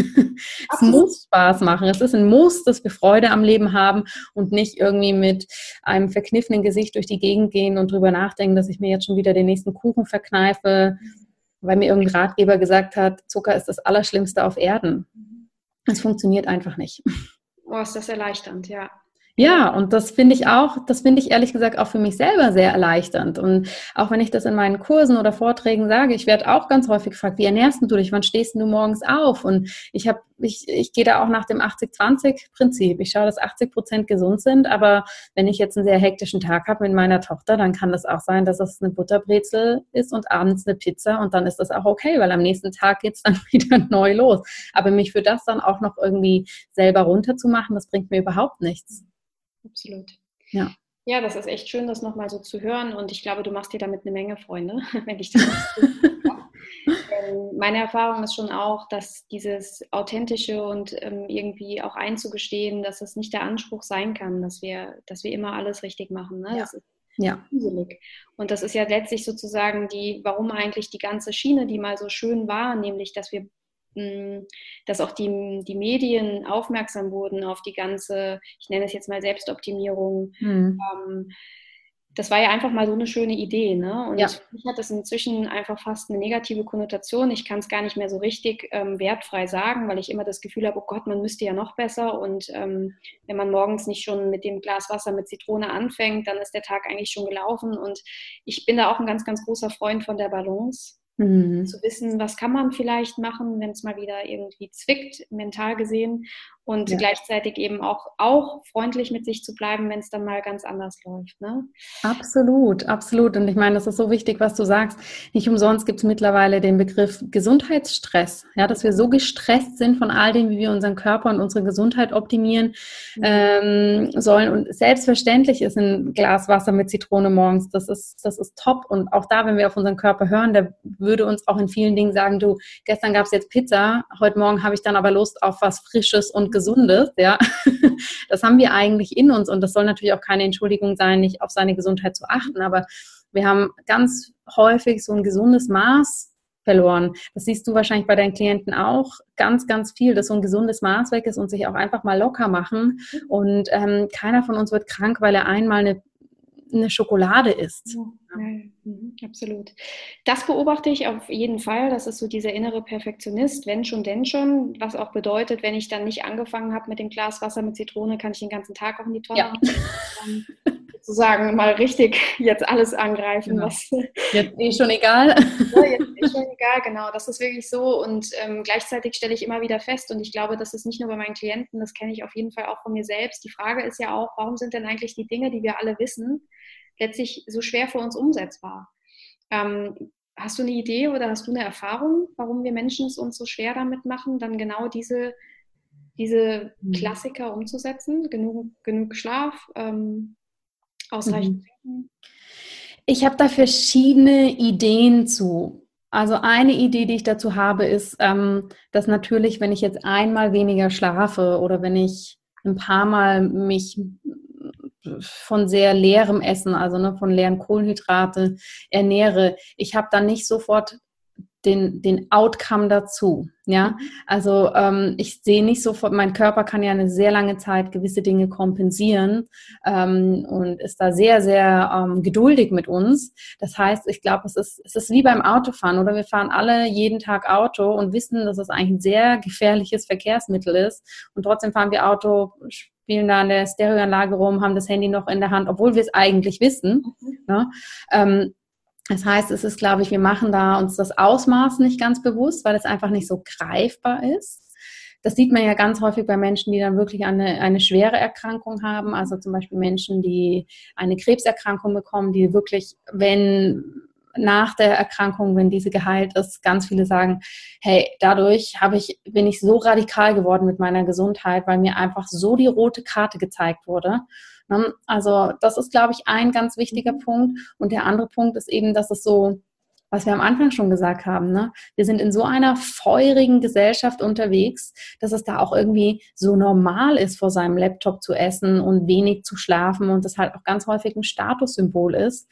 Es muss Spaß machen. Es ist ein Muss, dass wir Freude am Leben haben und nicht irgendwie mit einem verkniffenen Gesicht durch die Gegend gehen und drüber nachdenken, dass ich mir jetzt schon wieder den nächsten Kuchen verkneife, weil mir irgendein Ratgeber gesagt hat, Zucker ist das Allerschlimmste auf Erden. Es funktioniert einfach nicht. Oh, ist das erleichternd, ja. Ja, und das finde ich ehrlich gesagt auch für mich selber sehr erleichternd. Und auch wenn ich das in meinen Kursen oder Vorträgen sage, ich werde auch ganz häufig gefragt, wie ernährst du dich, wann stehst du morgens auf? Und ich gehe da auch nach dem 80-20-Prinzip. Ich schaue, dass 80% gesund sind, aber wenn ich jetzt einen sehr hektischen Tag habe mit meiner Tochter, dann kann das auch sein, dass es eine Butterbrezel ist und abends eine Pizza und dann ist das auch okay, weil am nächsten Tag geht es dann wieder neu los. Aber mich für das dann auch noch irgendwie selber runterzumachen, das bringt mir überhaupt nichts. Absolut. Ja. Ja, das ist echt schön, das nochmal so zu hören und ich glaube, du machst dir damit eine Menge Freunde, wenn ich das meine Erfahrung ist schon auch, dass dieses Authentische und irgendwie auch einzugestehen, dass es nicht der Anspruch sein kann, dass wir immer alles richtig machen. Ne? Ja. Das ist Ja. gruselig. Und das ist ja letztlich sozusagen warum eigentlich die ganze Schiene, die mal so schön war, nämlich, dass auch die Medien aufmerksam wurden auf die ganze, ich nenne es jetzt mal Selbstoptimierung. Das war ja einfach mal so eine schöne Idee, ne? Und für mich hat das inzwischen einfach fast eine negative Konnotation. Ich kann es gar nicht mehr so richtig wertfrei sagen, weil ich immer das Gefühl habe, oh Gott, man müsste ja noch besser. Und wenn man morgens nicht schon mit dem Glas Wasser mit Zitrone anfängt, dann ist der Tag eigentlich schon gelaufen. Und ich bin da auch ein ganz, ganz großer Freund von der Balance. Zu wissen, was kann man vielleicht machen, wenn es mal wieder irgendwie zwickt, mental gesehen und gleichzeitig eben auch freundlich mit sich zu bleiben, wenn es dann mal ganz anders läuft. Ne? Absolut, absolut. Und ich meine, das ist so wichtig, was du sagst. Nicht umsonst gibt es mittlerweile den Begriff Gesundheitsstress, ja, dass wir so gestresst sind von all dem, wie wir unseren Körper und unsere Gesundheit optimieren sollen. Und selbstverständlich ist ein Glas Wasser mit Zitrone morgens, das ist top. Und auch da, wenn wir auf unseren Körper hören, der würde uns auch in vielen Dingen sagen, du, gestern gab es jetzt Pizza, heute Morgen habe ich dann aber Lust auf was Frisches und Gesundes, ja. Das haben wir eigentlich in uns und das soll natürlich auch keine Entschuldigung sein, nicht auf seine Gesundheit zu achten, aber wir haben ganz häufig so ein gesundes Maß verloren. Das siehst du wahrscheinlich bei deinen Klienten auch ganz, ganz viel, dass so ein gesundes Maß weg ist und sich auch einfach mal locker machen und keiner von uns wird krank, weil er einmal eine Schokolade isst. Ja, absolut. Das beobachte ich auf jeden Fall. Das ist so dieser innere Perfektionist, wenn schon, denn schon. Was auch bedeutet, wenn ich dann nicht angefangen habe mit dem Glas Wasser mit Zitrone, kann ich den ganzen Tag auch in die Tonne sozusagen mal richtig jetzt alles angreifen. Genau. Was jetzt schon egal. Ja, jetzt schon egal, genau. Das ist wirklich so und gleichzeitig stelle ich immer wieder fest und ich glaube, das ist nicht nur bei meinen Klienten, das kenne ich auf jeden Fall auch von mir selbst. Die Frage ist ja auch, warum sind denn eigentlich die Dinge, die wir alle wissen, letztlich so schwer für uns umsetzbar? Hast du eine Idee oder hast du eine Erfahrung, warum wir Menschen es uns so schwer damit machen, dann genau diese Klassiker umzusetzen? Genug Schlaf, ausreichend trinken? Ich habe da verschiedene Ideen zu. Also eine Idee, die ich dazu habe, ist, dass natürlich, wenn ich jetzt einmal weniger schlafe oder wenn ich ein paar Mal mich von sehr leerem Essen, also von leeren Kohlenhydrate ernähre, ich habe dann nicht sofort den Outcome dazu. Ja, also ich sehe nicht sofort, mein Körper kann ja eine sehr lange Zeit gewisse Dinge kompensieren und ist da sehr, sehr geduldig mit uns. Das heißt, ich glaube, es ist wie beim Autofahren, oder wir fahren alle jeden Tag Auto und wissen, dass es eigentlich ein sehr gefährliches Verkehrsmittel ist und trotzdem fahren wir Auto, spielen da an der Stereoanlage rum, haben das Handy noch in der Hand, obwohl wir es eigentlich wissen. Ne? Das heißt, es ist, glaube ich, wir machen da uns das Ausmaß nicht ganz bewusst, weil es einfach nicht so greifbar ist. Das sieht man ja ganz häufig bei Menschen, die dann wirklich eine schwere Erkrankung haben. Also zum Beispiel Menschen, die eine Krebserkrankung bekommen, die wirklich, wenn nach der Erkrankung, wenn diese geheilt ist, ganz viele sagen, hey, dadurch bin ich so radikal geworden mit meiner Gesundheit, weil mir einfach so die rote Karte gezeigt wurde. Also das ist, glaube ich, ein ganz wichtiger Punkt. Und der andere Punkt ist eben, dass es so, was wir am Anfang schon gesagt haben, ne? Wir sind in so einer feurigen Gesellschaft unterwegs, dass es da auch irgendwie so normal ist, vor seinem Laptop zu essen und wenig zu schlafen und das halt auch ganz häufig ein Statussymbol ist.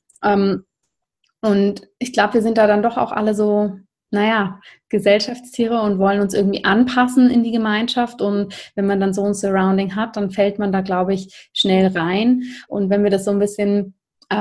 Und ich glaube, wir sind da dann doch auch alle so, Gesellschaftstiere und wollen uns irgendwie anpassen in die Gemeinschaft. Und wenn man dann so ein Surrounding hat, dann fällt man da, glaube ich, schnell rein. Und wenn wir das so ein bisschen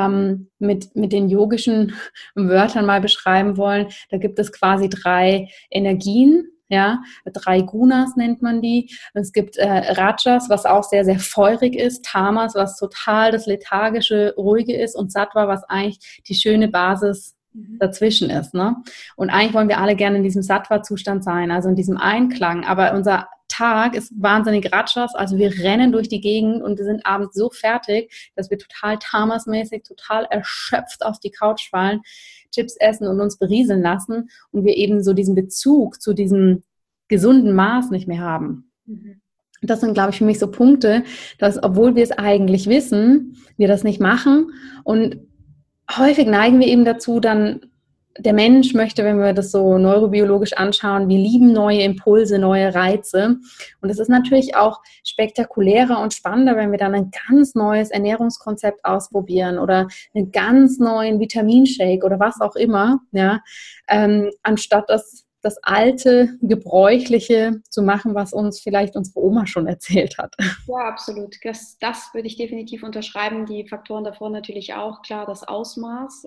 mit den yogischen Wörtern mal beschreiben wollen, da gibt es quasi 3 Energien. Ja, 3 Gunas nennt man die. Es gibt Rajas, was auch sehr, sehr feurig ist, Tamas, was total das lethargische, ruhige ist und Sattva, was eigentlich die schöne Basis dazwischen ist. Ne? Und eigentlich wollen wir alle gerne in diesem Sattva-Zustand sein, also in diesem Einklang. Aber unser Tag ist wahnsinnig Rajas, also wir rennen durch die Gegend und wir sind abends so fertig, dass wir total tamasmäßig, total erschöpft auf die Couch fallen, Chips essen und uns berieseln lassen und wir eben so diesen Bezug zu diesem gesunden Maß nicht mehr haben. Das sind, glaube ich, für mich so Punkte, dass, obwohl wir es eigentlich wissen, wir das nicht machen und häufig neigen wir eben dazu, dann der Mensch möchte, wenn wir das so neurobiologisch anschauen, wir lieben neue Impulse, neue Reize. Und es ist natürlich auch spektakulärer und spannender, wenn wir dann ein ganz neues Ernährungskonzept ausprobieren oder einen ganz neuen Vitaminshake oder was auch immer, ja, anstatt das alte, gebräuchliche zu machen, was uns vielleicht unsere Oma schon erzählt hat. Ja, absolut. Das würde ich definitiv unterschreiben. Die Faktoren davor natürlich auch. Klar, das Ausmaß.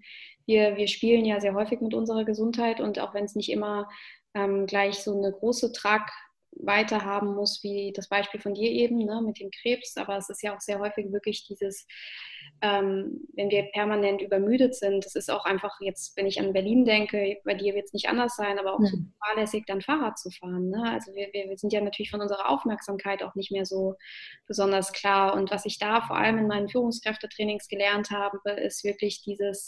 Wir spielen ja sehr häufig mit unserer Gesundheit und auch wenn es nicht immer gleich so eine große Tragweite haben muss, wie das Beispiel von dir eben, ne, mit dem Krebs, aber es ist ja auch sehr häufig wirklich dieses, wenn wir permanent übermüdet sind, das ist auch einfach jetzt, wenn ich an Berlin denke, bei dir wird es nicht anders sein, aber auch so fahrlässig dann Fahrrad zu fahren. Ne? Also wir sind ja natürlich von unserer Aufmerksamkeit auch nicht mehr so besonders klar und was ich da vor allem in meinen Führungskräftetrainings gelernt habe, ist wirklich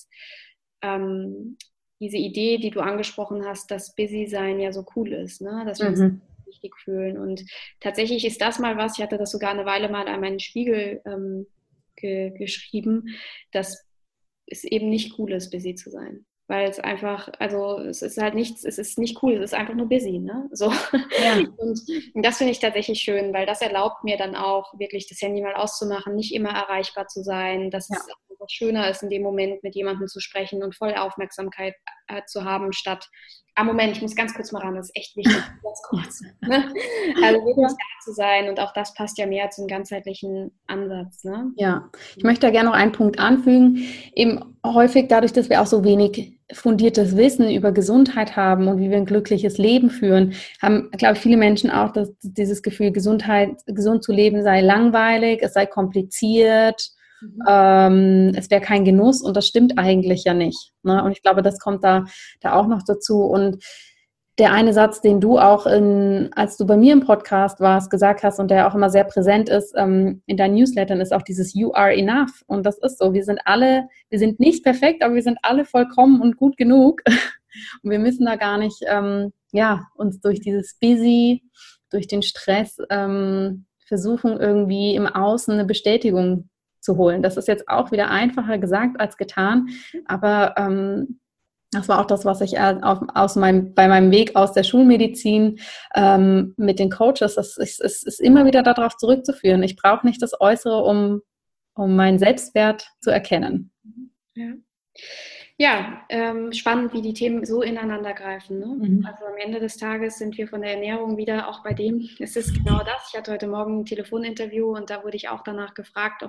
diese Idee, die du angesprochen hast, dass Busy sein ja so cool ist, ne? Dass wir uns wichtig fühlen. Und tatsächlich ist das mal was, ich hatte das sogar eine Weile mal an meinen Spiegel geschrieben, dass es eben nicht cool ist, busy zu sein. Weil es einfach, also es ist halt nichts, es ist nicht cool, es ist einfach nur busy, ne? So. Ja. Und das finde ich tatsächlich schön, weil das erlaubt mir dann auch wirklich das Handy mal auszumachen, nicht immer erreichbar zu sein, dass es einfach schöner ist, in dem Moment mit jemandem zu sprechen und voll Aufmerksamkeit zu haben, statt Moment, ich muss ganz kurz mal ran, das ist echt wichtig, ganz kurz. Ne? Also wirklich da zu sein und auch das passt ja mehr zum ganzheitlichen Ansatz. Ne? Ja, ich möchte da gerne noch einen Punkt anfügen. Eben häufig dadurch, dass wir auch so wenig fundiertes Wissen über Gesundheit haben und wie wir ein glückliches Leben führen, haben, glaube ich, viele Menschen auch dieses Gefühl, gesund zu leben sei langweilig, es sei kompliziert, es wäre kein Genuss und das stimmt eigentlich ja nicht. Ne? Und ich glaube, das kommt da auch noch dazu. Und der eine Satz, den du auch, als du bei mir im Podcast warst, gesagt hast und der auch immer sehr präsent ist in deinen Newslettern, ist auch dieses You are enough. Und das ist so. Wir sind nicht perfekt, aber wir sind alle vollkommen und gut genug. Und wir müssen da gar nicht, uns durch dieses Busy, durch den Stress versuchen, irgendwie im Außen eine Bestätigung zu holen. Das ist jetzt auch wieder einfacher gesagt als getan, aber das war auch das, was ich bei meinem Weg aus der Schulmedizin mit den Coaches, es ist immer wieder darauf zurückzuführen. Ich brauche nicht das Äußere, um meinen Selbstwert zu erkennen. Ja. Ja, spannend, wie die Themen so ineinander greifen. Ne? Mhm. Also am Ende des Tages sind wir von der Ernährung wieder auch bei dem. Es ist genau das. Ich hatte heute Morgen ein Telefoninterview und da wurde ich auch danach gefragt,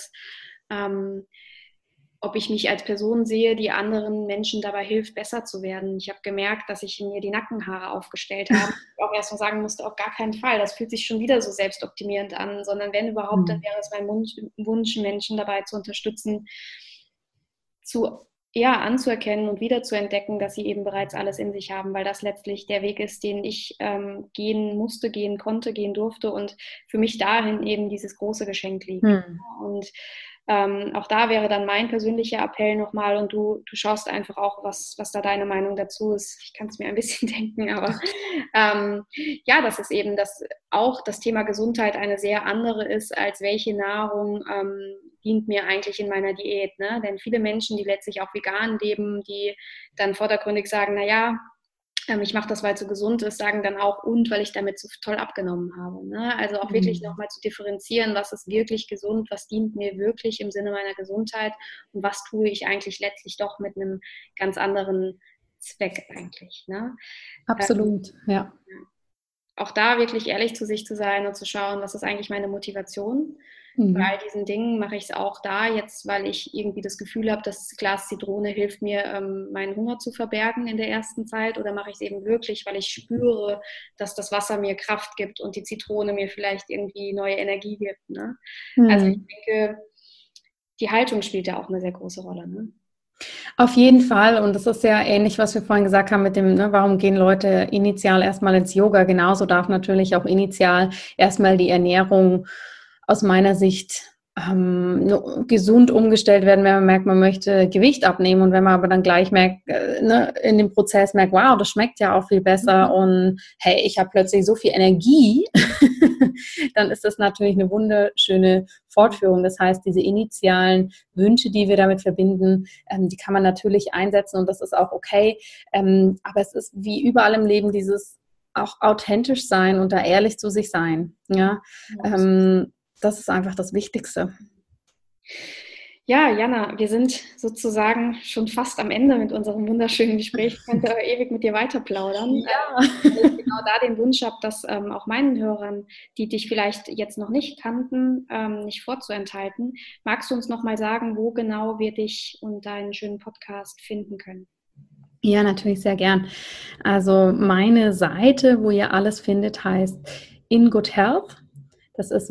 ähm, ob ich mich als Person sehe, die anderen Menschen dabei hilft, besser zu werden. Ich habe gemerkt, dass ich mir die Nackenhaare aufgestellt habe. Ich auch erst mal sagen musste, auf gar keinen Fall. Das fühlt sich schon wieder so selbstoptimierend an, sondern wenn überhaupt, dann Mhm. wäre es mein Wunsch, Menschen dabei zu unterstützen, zu ja, anzuerkennen und wiederzuentdecken, dass sie eben bereits alles in sich haben, weil das letztlich der Weg ist, den ich gehen musste, gehen konnte, gehen durfte und für mich dahin eben dieses große Geschenk liegt. Mhm. Und auch da wäre dann mein persönlicher Appell nochmal und du schaust einfach auch, was da deine Meinung dazu ist. Ich kann es mir ein bisschen denken, aber ja, das ist eben auch das Thema Gesundheit eine sehr andere ist, als welche Nahrung dient mir eigentlich in meiner Diät. Ne? Denn viele Menschen, die letztlich auch vegan leben, die dann vordergründig sagen, naja, ich mache das, weil es so gesund ist, sagen dann auch und weil ich damit so toll abgenommen habe. Ne? Also auch wirklich Mhm. nochmal zu differenzieren, was ist wirklich gesund, was dient mir wirklich im Sinne meiner Gesundheit und was tue ich eigentlich letztlich doch mit einem ganz anderen Zweck eigentlich. Ne? Absolut, ja. Auch da wirklich ehrlich zu sich zu sein und zu schauen, was ist eigentlich meine Motivation. Bei Mhm. all diesen Dingen mache ich es auch da jetzt, weil ich irgendwie das Gefühl habe, das Glas Zitrone hilft mir, meinen Hunger zu verbergen in der ersten Zeit. Oder mache ich es eben wirklich, weil ich spüre, dass das Wasser mir Kraft gibt und die Zitrone mir vielleicht irgendwie neue Energie gibt. Ne? Also ich Mhm. denke, die Haltung spielt ja auch eine sehr große Rolle. Ne? Auf jeden Fall. Und das ist ja ähnlich, was wir vorhin gesagt haben mit dem, ne, warum gehen Leute initial erstmal ins Yoga? Genauso darf natürlich auch initial erstmal die Ernährung aus meiner Sicht gesund umgestellt werden, wenn man merkt, man möchte Gewicht abnehmen und wenn man aber dann gleich merkt, ne, in dem Prozess merkt, wow, das schmeckt ja auch viel besser und hey, ich habe plötzlich so viel Energie, dann ist das natürlich eine wunderschöne Fortführung. Das heißt, diese initialen Wünsche, die wir damit verbinden, die kann man natürlich einsetzen und das ist auch okay. Aber es ist wie überall im Leben dieses auch authentisch sein und da ehrlich zu sich sein. Ja, das ist einfach das Wichtigste. Ja, Jana, wir sind sozusagen schon fast am Ende mit unserem wunderschönen Gespräch. Ich könnte aber ewig mit dir weiter plaudern, Ja. weil ich genau da den Wunsch habe, dass auch meinen Hörern, die dich vielleicht jetzt noch nicht kannten, nicht vorzuenthalten. Magst du uns noch mal sagen, wo genau wir dich und deinen schönen Podcast finden können? Ja, natürlich sehr gern. Also meine Seite, wo ihr alles findet, heißt In Good Health. Das ist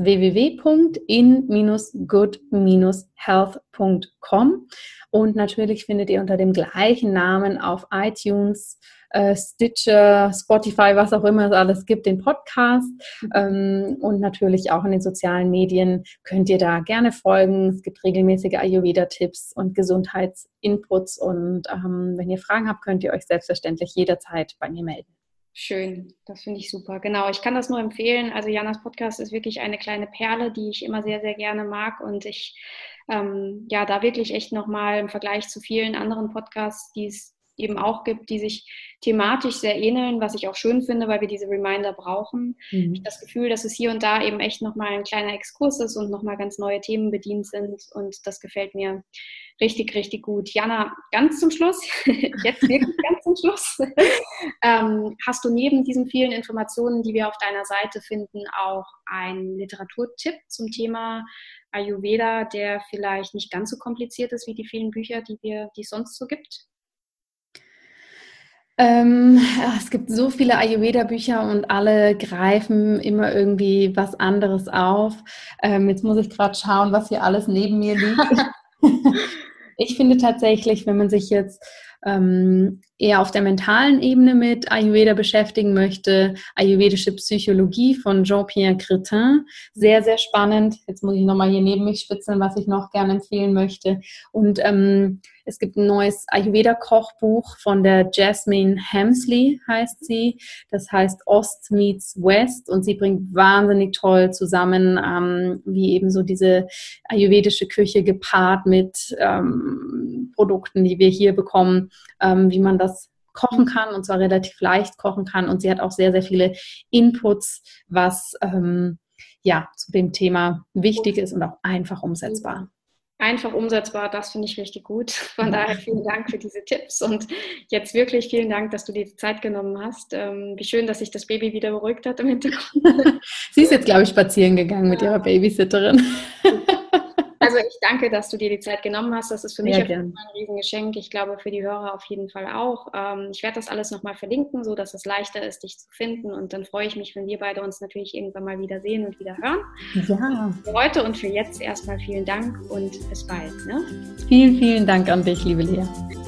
www.in-good-health.com und natürlich findet ihr unter dem gleichen Namen auf iTunes, Stitcher, Spotify, was auch immer es alles gibt, den Podcast und natürlich auch in den sozialen Medien könnt ihr da gerne folgen. Es gibt regelmäßige Ayurveda-Tipps und Gesundheitsinputs und wenn ihr Fragen habt, könnt ihr euch selbstverständlich jederzeit bei mir melden. Schön, das finde ich super. Genau, ich kann das nur empfehlen. Also Janas Podcast ist wirklich eine kleine Perle, die ich immer sehr, sehr gerne mag und ich ja da wirklich echt nochmal im Vergleich zu vielen anderen Podcasts, die es eben auch gibt, die sich thematisch sehr ähneln, was ich auch schön finde, weil wir diese Reminder brauchen. Ich habe Mhm. das Gefühl, dass es hier und da eben echt nochmal ein kleiner Exkurs ist und nochmal ganz neue Themen bedient sind und das gefällt mir richtig, richtig gut. Jana, ganz zum Schluss, jetzt wirklich ganz zum Schluss, hast du neben diesen vielen Informationen, die wir auf deiner Seite finden, auch einen Literaturtipp zum Thema Ayurveda, der vielleicht nicht ganz so kompliziert ist wie die vielen Bücher, die es sonst so gibt? Es gibt so viele Ayurveda-Bücher und alle greifen immer irgendwie was anderes auf. Jetzt muss ich gerade schauen, was hier alles neben mir liegt. Ich finde tatsächlich, wenn man sich jetzt eher auf der mentalen Ebene mit Ayurveda beschäftigen möchte, ayurvedische Psychologie von Jean-Pierre Crétin, sehr, sehr spannend. Jetzt muss ich nochmal hier neben mich spitzeln, was ich noch gerne empfehlen möchte. Und es gibt ein neues Ayurveda-Kochbuch von der Jasmine Hemsley, heißt sie. Das heißt Ost meets West und sie bringt wahnsinnig toll zusammen, wie eben so diese ayurvedische Küche gepaart mit Produkten, die wir hier bekommen, wie man das kochen kann und zwar relativ leicht kochen kann. Und sie hat auch sehr, sehr viele Inputs, was ja zu dem Thema wichtig ist und auch einfach umsetzbar. einfach umsetzbar, das finde ich richtig gut. Von daher vielen Dank für diese Tipps und jetzt wirklich vielen Dank, dass du dir die Zeit genommen hast. Wie schön, dass sich das Baby wieder beruhigt hat im Hintergrund. Sie ist jetzt, glaube ich, spazieren gegangen mit ihrer Babysitterin. Also ich danke, dass du dir die Zeit genommen hast. Das ist für mich Sehr auf jeden gern. Fall ein Riesengeschenk. Ich glaube, für die Hörer auf jeden Fall auch. Ich werde das alles nochmal verlinken, so dass es leichter ist, dich zu finden. Und dann freue ich mich, wenn wir beide uns natürlich irgendwann mal wieder sehen und wieder hören. Ja. Für heute und für jetzt erstmal vielen Dank und bis bald. Ne? Vielen, vielen Dank an dich, liebe Lea.